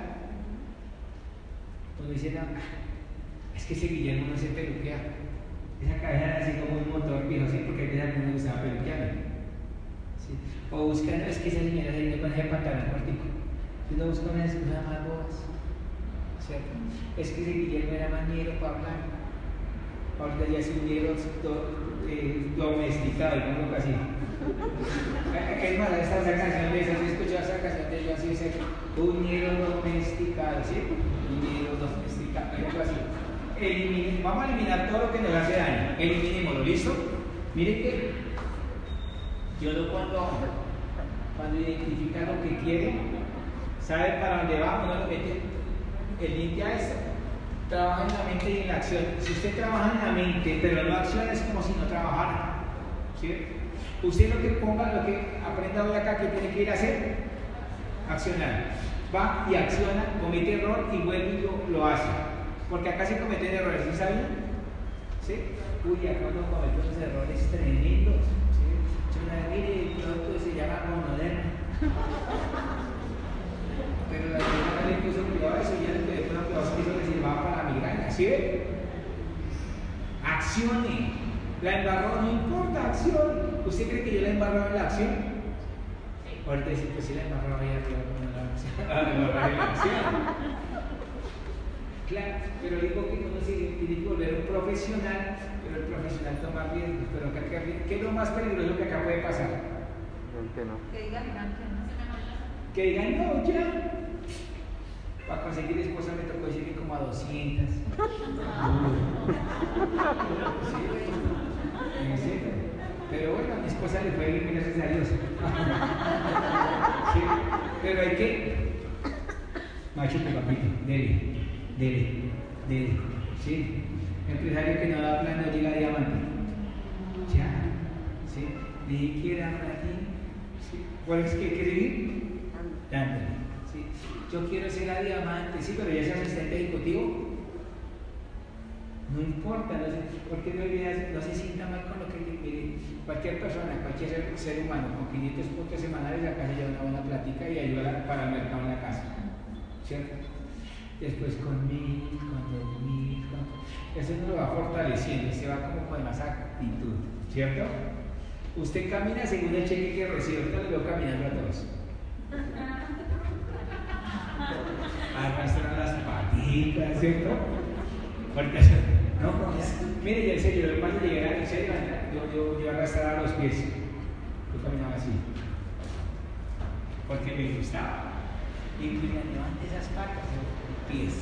Uno dice, no, es que ese Guillermo no se peluquea. Esa cabeza era así como un motor viejo, ¿sí? Porque a veces no me gustaba peluquearme. ¿Sí? O buscando, es que esa señora se viene con ese pantalón cortico. Si uno busca una excusa más bobas, ¿cierto? Es que ese Guillermo era mañero para hablar. Ahorita ya es un ñero domesticado, digamos así. Es más, esa canción de esas, he escuchado esa canción de ellos así, dice, un ñero domesticado, ¿sí? Un ñero domesticado, algo así. Vamos a eliminar todo lo que nos hace daño. Eliminémoslo, ¿listo? Mire que yo lo cuando identifica lo que quiere, sabe para dónde va, uno lo mete, limpia esto. Trabaja en la mente y en la acción. Si usted trabaja en la mente, pero no acciona, es como si no trabajara. ¿Sí? Usted lo que aprenda hoy acá, que tiene que ir a hacer, accionar. Va y acciona, comete error y vuelve y lo hace. Porque acá se cometen errores, ¿sí saben? ¿Sí? Uy, acá uno comete unos errores tremendos. ¿Sí? Mire, el producto se llama Monoderma. Pero la señora le puso cuidado a eso y ya el teléfono que hizo que sirva para la migraña. ¿Sí ve? Accione. La embarró, no importa, acción. ¿Usted cree que yo la embarraba en la acción? Ahorita dice, pues sí la embarraba ahí arriba con la acción. La embarraba en la acción. Claro, pero digo que uno tiene que volver un profesional, pero el profesional toma riesgos. Pero ¿qué es lo más peligroso que acá puede pasar? Que digan no. Que digan no, ya. Para conseguir esposa me tocó decirle como a 200. Sí, pero bueno, a mi esposa le fue bien, gracias a Dios. Sí, pero hay que. Macho, papito, dele. ¿Sí? Empresario que no da plan no llega a diamante. Ya. ¿Sí? Ni siquiera para ti. ¿Sí? ¿Cuál es que quiere vivir? Dándole. ¿Sí? Yo quiero ser a diamante, sí, pero ya es asistente ejecutivo. No importa, porque no se sienta mal con lo que mire. Cualquier persona, cualquier ser humano con 500 puntos semanales acá se lleva una buena plática y ayuda para el mercado en la casa. ¿Cierto? Después con 1000, con 2000, eso no lo va fortaleciendo y se va como con más actitud. ¿Cierto? Usted camina según el cheque que recibe, ahorita lo veo caminando a todos. Arrastran las patitas, ¿cierto? Porque no, mire, ya en serio, lo que pasa es llegar a yo arrastraba los pies. Yo caminaba así. Porque me gustaba. Y mira, levante esas patas, pies.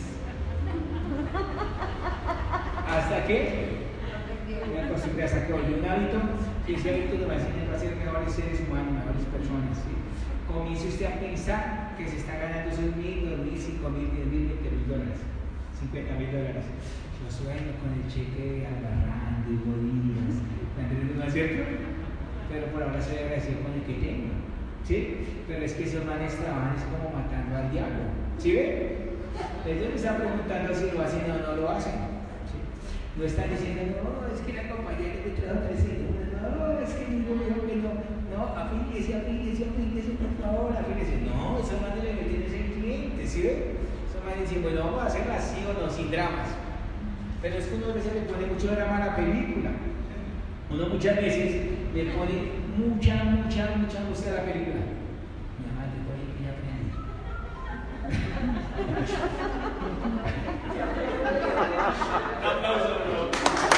Hasta que me acostumbré, hasta que volví un hábito, y ese hábito lo va a enseñar a ser mejores seres humanos, mejores personas. ¿Sí? Comience usted a pensar que se está ganando esos 1000, 2000, 5000, 10.000, 20.000 dólares, $50.000. Yo sueño con el cheque agarrando y bolitas, ¿no es cierto? Pero por ahora soy agradecido con el que tengo. ¿Sí? Pero es que esos manes trabajan es como matando al diablo. ¿Sí ve? Ellos me están preguntando si lo hacen o no lo hacen. ¿Sí? No están diciendo, no, es que la compañera que trabaja no, es que ningún dijo que no. No, afíliese, por favor, afíliese. No, esos manes le meten ese cliente, ¿sí ve? Esos manes dicen, bueno, vamos a hacerlo así o no, sin dramas. Pero es que uno a veces le pone mucho drama a la película. Uno muchas veces le pone mucha angustia a la película. Mi mamá te pone que ya aprendí. Aplauso, bro.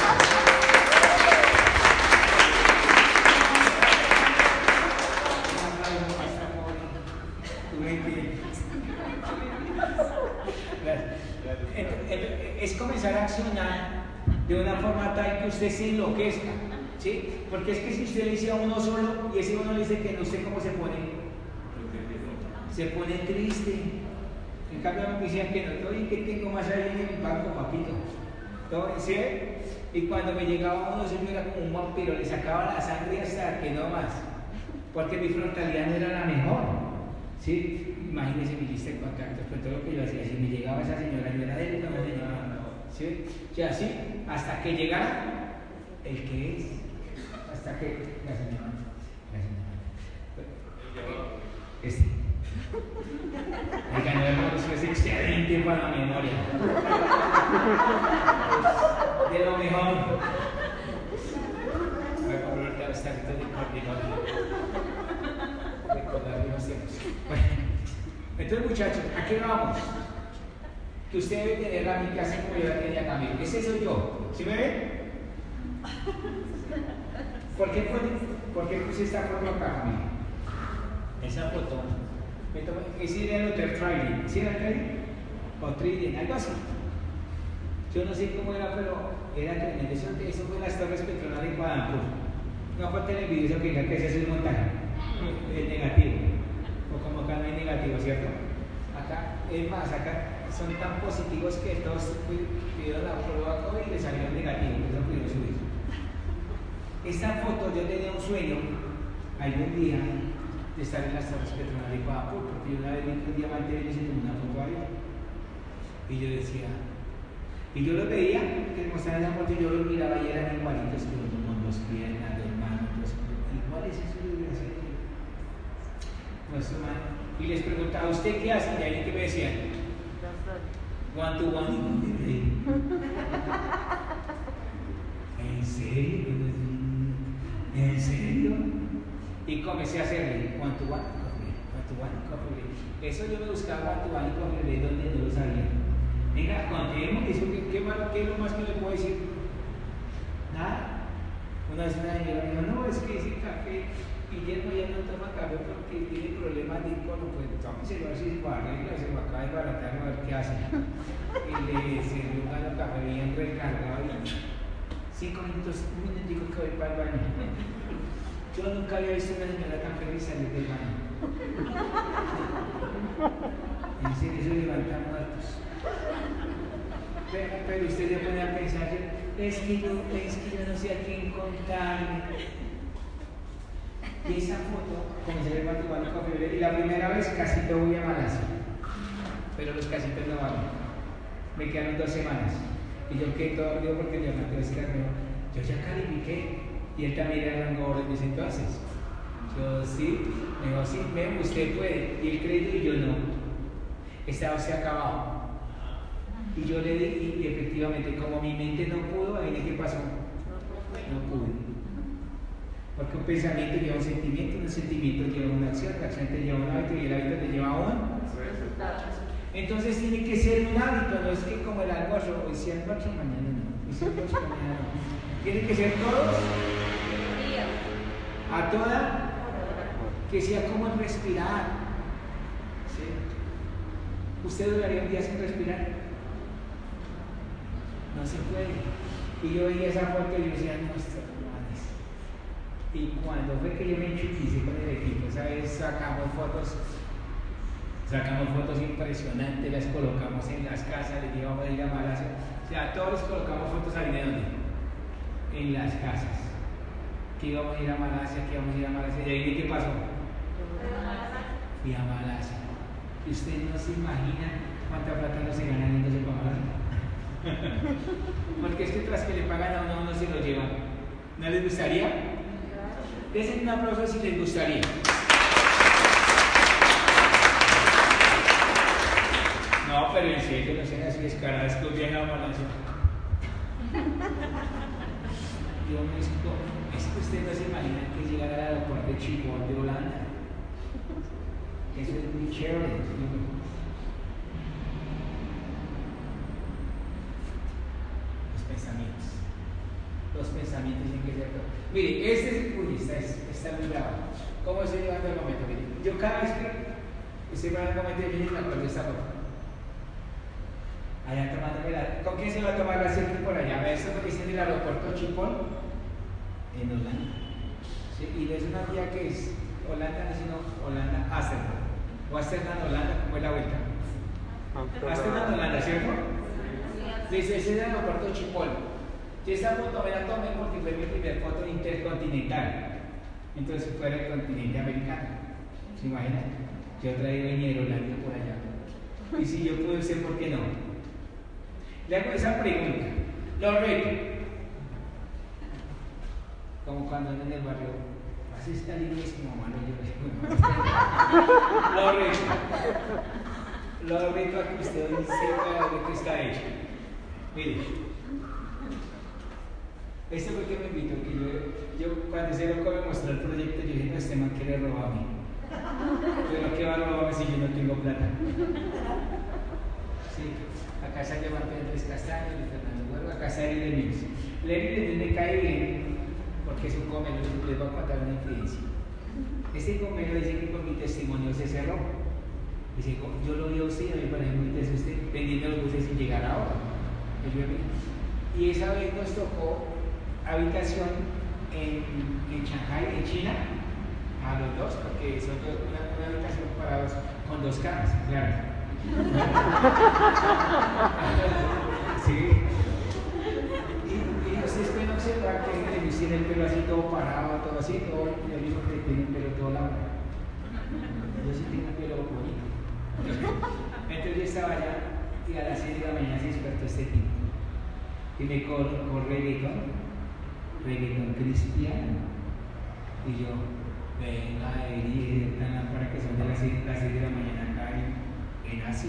Es comenzar a accionar de una forma tal que usted se enloquezca. ¿Sí? Porque es que si usted le dice a uno solo y ese uno le dice que no sé cómo se pone triste. En cambio me decían que no, oye, que tengo más ahí en mi banco, papito. ¿Sí? Y cuando me llegaba uno, yo era como un vampiro, le sacaba la sangre hasta que no más. Porque mi frontalidad no era la mejor. ¿Sí? Imagínense mi lista de contactos, con todo lo que yo hacía. Si me llegaba esa señora, yo era de él, no, señora. ¿Sí? Y así, hasta que llegara el que es. Hasta que. La señora. El ganador es excelente para la memoria. De lo mejor. Voy a comprarte a estar de recordar unos tiempos. Bueno, entonces, muchachos, ¿a qué vamos? Que usted debe tener la mente así como yo la tenía Camilo. Ese soy yo. ¿Sí me ven? ¿Por qué puse esta foto acá, Camilo? Esa foto. Ese era el Hotel Trident. ¿Sí era el Trident? O Trident, algo así. Yo no sé cómo era, pero era tremendo. Eso fue las Torres Petronas de Guadalupe. No falta en el video eso que diga que ese es el montaje. Es negativo. O como acá no hay negativo, ¿cierto? Acá, es más, acá son tan positivos que todos pidieron la prueba COVID y les salieron negativos. Por eso pudieron subir. Esta foto yo tenía un sueño algún día de estar en las Torres Petronas de Guadalupe, porque yo una vez vi un diamante y se tomó una foto ahí. Y yo decía, y yo los veía, que mostraban esa foto y yo los miraba y eran igualitos que los dos piernas, dos manos, iguales eso yo hubiera sido. Y les preguntaba, ¿usted qué hace? Y ahí que me decían, one to one. ¿En serio? ¿En serio? Y comencé a hacerle one to one, eso yo me buscaba one to one y coffee donde no lo sabía. Venga, contemos, eso ¿qué es lo más que le puedo decir? Nada. Una vez una señora me dijo, no, es que ese café, Guillermo ya no toma café porque tiene problemas de icono, pues tómeselo a ver si se arregla, se lo acaba de baratar, a ver qué hace. Y le sirvió un galo café bien recargado y 5 minutos, un minutico que voy para el baño. Yo nunca había visto una señora tan feliz salir del baño. En serio, eso levanta muertos. Pero usted se pone a pensar, es que yo no sé a quién contarle. Y esa foto, comencé a ver Guatemala y la primera vez casito voy a Malasia. Pero los casitos no van. Me quedaron 2 semanas. Y yo quedé todo ardido porque mi hermano decía, yo ya califiqué. Y él también era rango en ese entonces. Yo sí, me dijo, sí, ven, usted puede. Y él creyó y yo no. Esta se ha acabado. Y yo le di, y efectivamente, como mi mente no pudo, ahí qué pasó. No pude. Porque un pensamiento lleva un sentimiento lleva una acción, la acción te lleva un hábito y el hábito te lleva a un resultado. Entonces tiene que ser un hábito, no es que como el almuerzo, hoy sí almuerzo, mañana no. Hoy sí almuerzo, mañana no. Tiene que ser todos. A toda, que sea como el respirar. ¿Sí? ¿Usted duraría un día sin respirar? No se puede. Y yo veía esa foto y yo decía, no, esto no es. Y cuando fue que yo me enchuquicé con el equipo, ¿sabes? Sacamos fotos impresionantes, las colocamos en las casas, les llevamos a ir a Malasia. O sea, todos les colocamos fotos ahí de dónde? En las casas. Que íbamos a ir a Malasia, y ahí ¿qué pasó? Fui a Malasia. Y ustedes no se imaginan cuánta plata no se gana yéndose para Malasia. Porque es que tras que le pagan a uno se lo llevan. ¿No les gustaría? Desen un aplauso si les gustaría. No, pero en serio, no sean así descaradas que viajan a Malasia. Yo me digo, es que ustedes no se imaginan que llegar al aeropuerto de Schiphol de Holanda. Eso es muy chévere. Los pensamientos tienen que ser todo. Mire, está muy bravo. ¿Cómo estoy llevando el momento? Mire, yo cada vez que estoy llevando el momento, yo me acuerdo de esta foto. Allá tomándome la. ¿Con quién se va a tomar la selfie por allá? ¿Ves esto que dice en el aeropuerto de Schiphol? En Holanda. ¿Sí? Y no es una vía que es Holanda, sino Holanda, Ámsterdam. O Ámsterdam, Holanda, ¿cómo es la vuelta? Ámsterdam, Holanda, ¿cierto? Dice, ese es el aeropuerto de Schiphol. Yo esa foto me la tomé porque fue mi primer foto intercontinental. Entonces fuera del continente americano. ¿Se imaginan? Yo traía Holanda por allá. Y si yo pude ser, ¿por qué no? Le hago esa pregunta. Lo reto. Como cuando ando en el barrio, así está lindísimo, mano. Lo reto a que usted hoy sepa de lo que está hecho. Mire, este fue que me invitó, que yo cuando se lo me mostró el proyecto, yo dije, no, este man quiere robar a mí. Pero ¿qué va a robarme si yo no tengo plata? Sí, acá se llama Pedro Castaño y Fernando Huergo, acá está Eri de Mills. Eri me cae bien porque es un comedor, les voy a contar una infidencia. Este comedor dice que con mi testimonio se cerró. Dice, yo lo vi a usted, me parece muy interesante usted vendiendo los buses sin llegar ahora. Y esa vez nos tocó habitación en Shanghai, en China, a los dos, porque son una habitación para dos, con 2 camas, claro. Sí. Y ustedes pueden observar que ellos tienen el pelo así todo parado, todo así, todo, yo digo que tienen el pelo todo largo. Yo sí tengo el pelo bonito. Entonces yo estaba allá y a las 6 de la mañana se despertó este tipo y me con reggaetón cristiano, y yo, venga, para que son de las 6 de la mañana acá en Asia.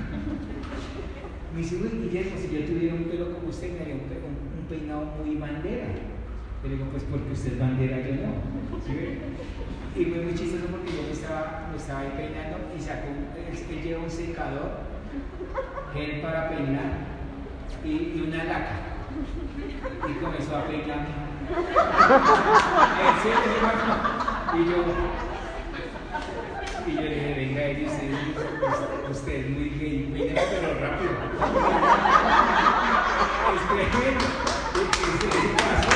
Me dice, uy, Guillermo, si yo tuviera un pelo como usted, me haría un peinado muy bandera. Le digo, pues porque usted es bandera, yo no. ¿Sí ve? Y fue muy chistoso porque yo me estaba ahí peinando y sacó, él lleva un secador, gel para peinar y una laca. Y comenzó a peinarme. Y yo le dije, venga, usted es muy gay, peíname pero rápido. Es tremendo. ¿Qué pasó?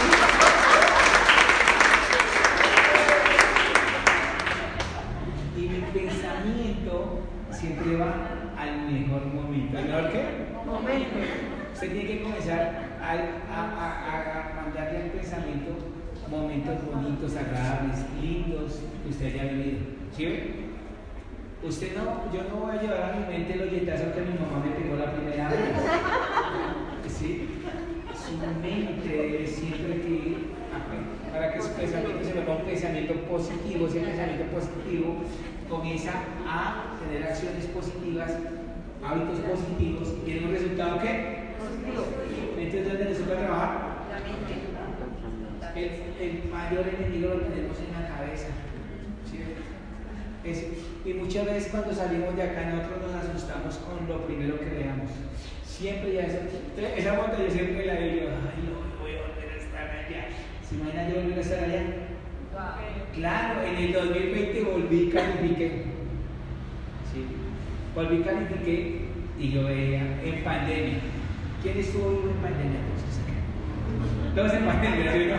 Pensamiento siempre va al mejor momento. ¿Al mejor qué? Momento. Usted tiene que comenzar a mandarle al pensamiento momentos bonitos, agradables, lindos que usted haya vivido. ¿Sí ve? Yo no voy a llevar a mi mente el olletazo que mi mamá me pegó la primera vez. ¿Sí? Su mente debe siempre que para que su pensamiento se vuelva un pensamiento positivo. Ese pensamiento positivo comienza a tener acciones positivas, hábitos positivos, y tiene un resultado ¿qué? Positivo. Entonces, ¿dónde nos toca trabajar? La mente. El mayor enemigo lo tenemos en la cabeza. ¿Sí? Y muchas veces cuando salimos de acá nosotros nos asustamos con lo primero que veamos. Siempre ya esa moto yo siempre la digo, ay, no voy a volver a estar allá. ¿Se imagina yo volver a estar allá? Claro, en el 2020 volví y califiqué. Sí. Volví y califiqué y yo veía en pandemia. ¿Quién estuvo vivo en pandemia? Todos en pandemia, ¿sí?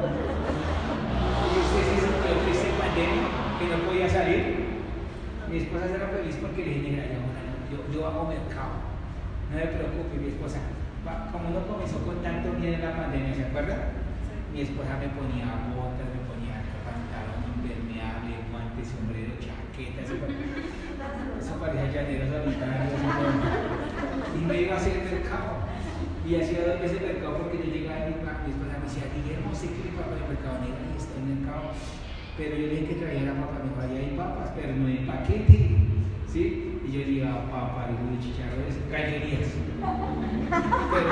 Y usted se sintió triste en pandemia, que no podía salir. Mi esposa se era feliz porque le dije, mira, yo hago mercado. No me preocupe, mi esposa. Como uno comenzó con tanto miedo en la pandemia, ¿se acuerda? Mi esposa me ponía botas, me ponía pantalón impermeable, guantes, sombrero, chaqueta, eso parecía llaneros solitarios. Y me iba a hacer mercado. Y hacía 2 veces mercado porque yo llegaba y mi esposa me decía, Guillermo, sé que mi papá en el mercado negro y está en el mercado. Pero yo le dije que traía la papa, me dijo, ahí hay papas, pero no en paquete. ¿Sí? Y yo le digo, papa, y chicharrones, gallerías. Pero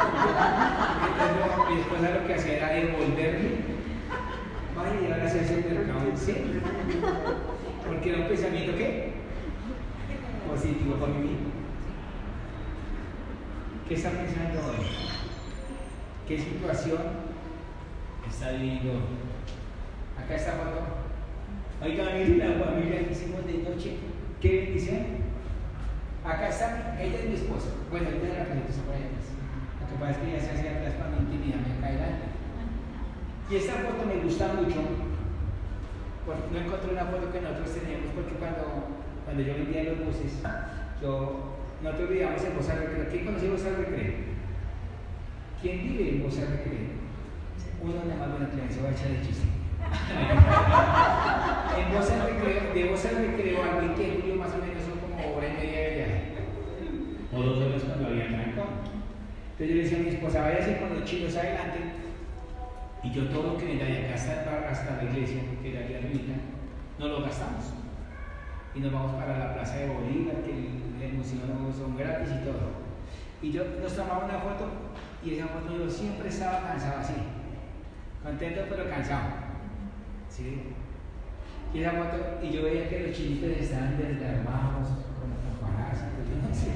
mi esposa lo que hacía era devolverme. Vaya, y ahora se hace el mercado en serio. Porque era un pensamiento ¿qué? Positivo por mí. ¿Qué está pensando hoy? ¿Qué situación está viviendo hoy? Acá está foto. Oiga, miren la familia que hicimos de noche. ¿Qué bendición? Acá está, ella es mi esposa. Bueno, ella es la presentación por allá. Lo que pasa es que ella se hace atrás para mi intimidad, me cae delante. Y esta foto me gusta mucho. Porque no encontré una foto que nosotros teníamos, porque cuando yo vendía los buses, nosotros vivíamos en Bosa Recreo. ¿Quién conoce Bosa Recreo? ¿Quién vive en Bosa Recreo? Uno nada más, bueno, que se va a echar el chiste. En Bosa Recreo, de Bosa Recreo al 20 de julio más o menos son como hora y media de viaje. O 2 horas cuando había trancón. Entonces yo le decía a mi esposa, váyase con los chinos adelante, y yo todo lo que venga de acá hasta la iglesia, que era allá arriba, no lo gastamos. Y nos vamos para la plaza de Bolívar, que el museo son gratis y todo. Y nos tomaba una foto, y esa foto yo siempre estaba cansado así, contento pero cansado. ¿Sí? Y esa foto, y yo veía que los chinitos estaban desgarbados, con los parásitos, yo no sé.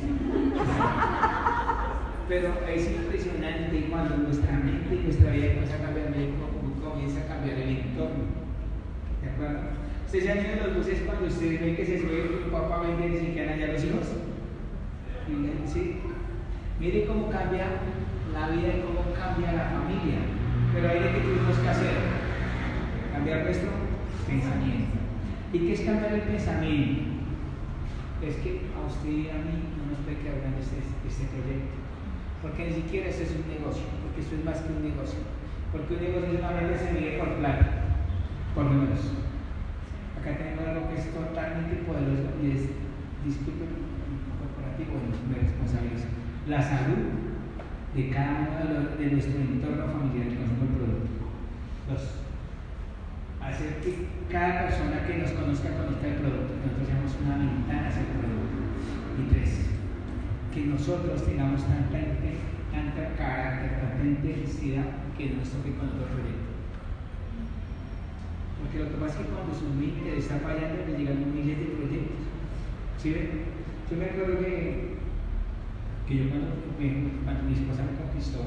Pero es impresionante cuando nuestra mente y nuestra vida comienza a cambiar, comienza a cambiar el entorno. ¿De acuerdo? Ustedes se han ido en los buses cuando ustedes ven que se sube un papá vender y se quedan allá los hijos. ¿Sí? Mire cómo cambia la vida y cómo cambia la familia. Pero ahí de que tuvimos que hacer, cambiar nuestro pensamiento. ¿Y qué es cambiar el pensamiento? Es que a usted y a mí no nos puede quedar grande este proyecto. Porque ni siquiera esto es un negocio, porque esto es más que un negocio. Porque un negocio solamente se mide por plata, por números. Acá tenemos algo que es totalmente poderoso y es, disculpen, corporativo, me responsabilizo. La salud de cada uno de nuestro entorno familiar que consume el producto. 2. Hacer que cada persona que nos conozca el producto, que nosotros seamos una ventana hacia el producto. Y 3. Que nosotros tengamos tanta carácter, tanta intensidad que nos toque con otro proyecto. Porque lo que pasa es que cuando su mente está fallando, le llegan miles de proyectos. ¿Sí ven? Yo me acuerdo que yo cuando mi esposa me conquistó,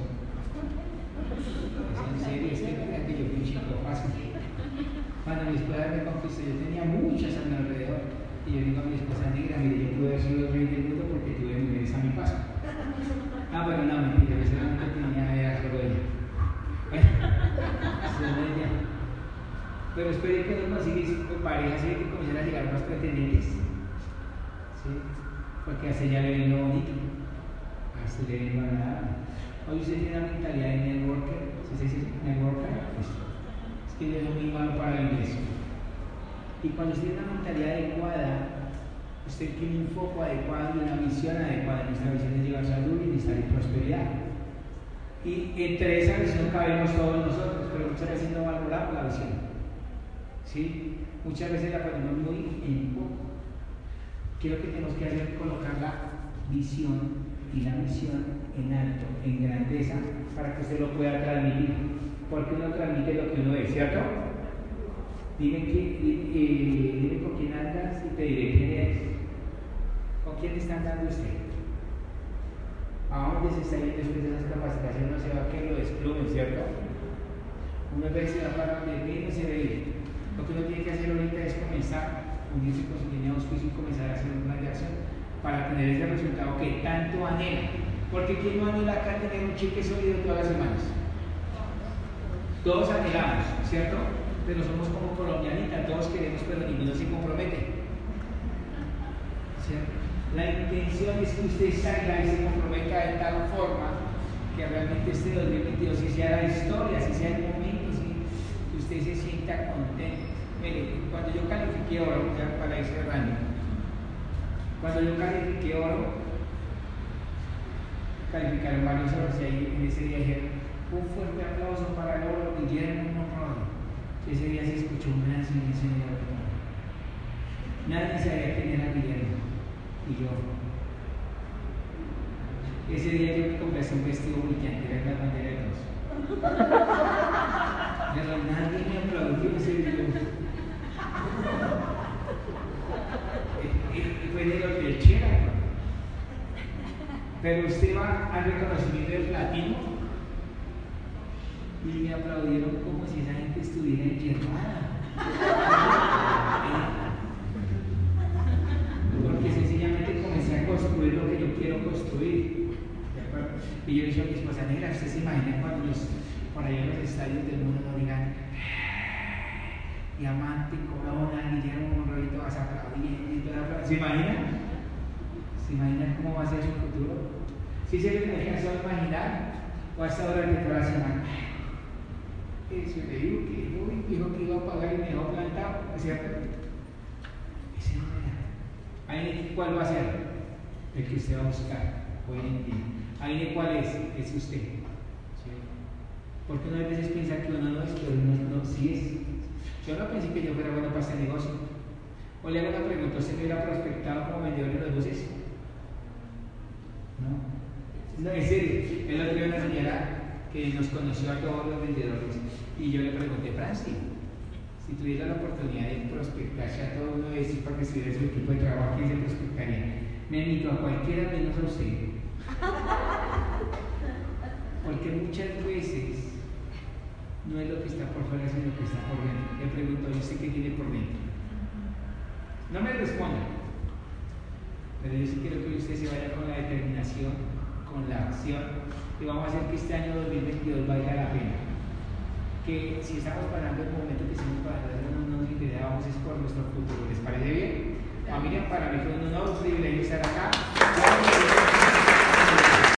en serio, es que yo fui un chico fácil. Cuando mi esposa me conquistó, yo tenía muchas a mi alrededor. Y yo digo a mi esposa negra, mire, yo pude haber sido el rey del mundo porque tuve mujeres a mi paso. Pero no, mentira, yo solamente tenía solo ella. Solo ella. Pero espero que no consigues parejas y que comiencen a llegar más pretendientes. ¿Sí? Porque hasta ya le vino bonito. Hasta le vino agradable. Hoy usted tiene una mentalidad de networker. ¿Sí se dice networker? Es que yo soy muy malo para el inglés. Y cuando usted tiene una mentalidad adecuada, usted tiene un foco adecuado y una visión adecuada. Nuestra visión es llevar salud, bienestar y prosperidad. Y entre esa visión cabemos todos nosotros, pero muchas veces no valoramos la visión. ¿Sí? Muchas veces la ponemos muy en poco. ¿Qué es lo que tenemos que hacer? Colocar la visión y la misión en alto, en grandeza, para que usted lo pueda transmitir. Porque uno transmite lo que uno es, ¿cierto? Dime con quién andas y te diré quién eres. ¿Con quién está andando usted? ¿A dónde se está yendo después de esas capacitaciones? No se va a que lo desplumen, ¿cierto? Una vez se va para donde viene y se ve ir. Lo que uno tiene que hacer ahorita es comenzar a unirse con su línea de auspicio y comenzar a hacer una reacción para tener ese resultado que tanto anhela. Porque ¿quién no anhela acá tener un cheque sólido todas las semanas? Todos anhelamos, ¿cierto? Pero somos como colombianitas, todos queremos, pero ninguno se compromete. ¿Cierto? La intención es que usted salga y se comprometa de tal forma que realmente este 2022 sí sea la historia, sí sea el momento, sí, que usted se sienta contento. Mire, cuando yo califiqué oro, ya para ir cerrando, cuando yo califiqué oro, calificaron varios oros y ahí en ese día dijeron, un fuerte aplauso para el oro Guillermo Monroy. Ese día se escuchó un gran silencio en el auditorio. Nadie sabía quién era Guillermo. Y yo. Ese día yo me compré un vestido brillante, era la bandera de Dios. Pero nadie me aplaudió ese día. Y fue de los del Chera. Pero usted va al reconocimiento del platino y me aplaudieron como si esa gente estuviera enyerrada. Porque sencillamente comencé a construir lo que yo quiero construir. ¿De acuerdo? Y yo dije a mi esposa negra, ¿usted se imagina cuando por allá en los estadios del mundo nos digan diamante, corona, Guillermo Monroy, todas aplaudiendo y todas? ¿Se imaginan? ¿Se imaginan cómo va a ser su futuro? ¿Sí se le alcanzó a imaginar? ¿O hasta ahora que toda la semana? Eso le digo que dijo que iba a pagar y me dejó plantado, ¿cierto? Ese no era. Ahí, ¿cuál va a ser? El que usted va a buscar hoy en día. Ahí cuál es usted. ¿Sí? Porque uno a veces piensa que uno no es, pero uno no, sí es. Yo no pensé que yo fuera bueno para este negocio. O le hago una pregunta, ¿usted me hubiera prospectado como vendedor de los buses? No, en serio. El otro día una señora que nos conoció a todos los vendedores y yo le pregunté, Francis, si tuviera la oportunidad de prospectarse a todo uno de estos para que estuviera su equipo de trabajo, ¿a quién se prospectaría? Me invitó a cualquiera menos a usted. Porque muchas veces no es lo que está por fuera, sino lo que está por dentro. Le pregunto, ¿y usted qué tiene por dentro? No me responda, pero yo sí quiero que usted se vaya con la determinación, con la acción, y vamos a hacer que este año 2022 valga la pena. Que si estamos parando el momento que estamos parando, no nos interesamos es por nuestro futuro. ¿Les parece bien? Familia, para mí fue un honor, un privilegio estar acá.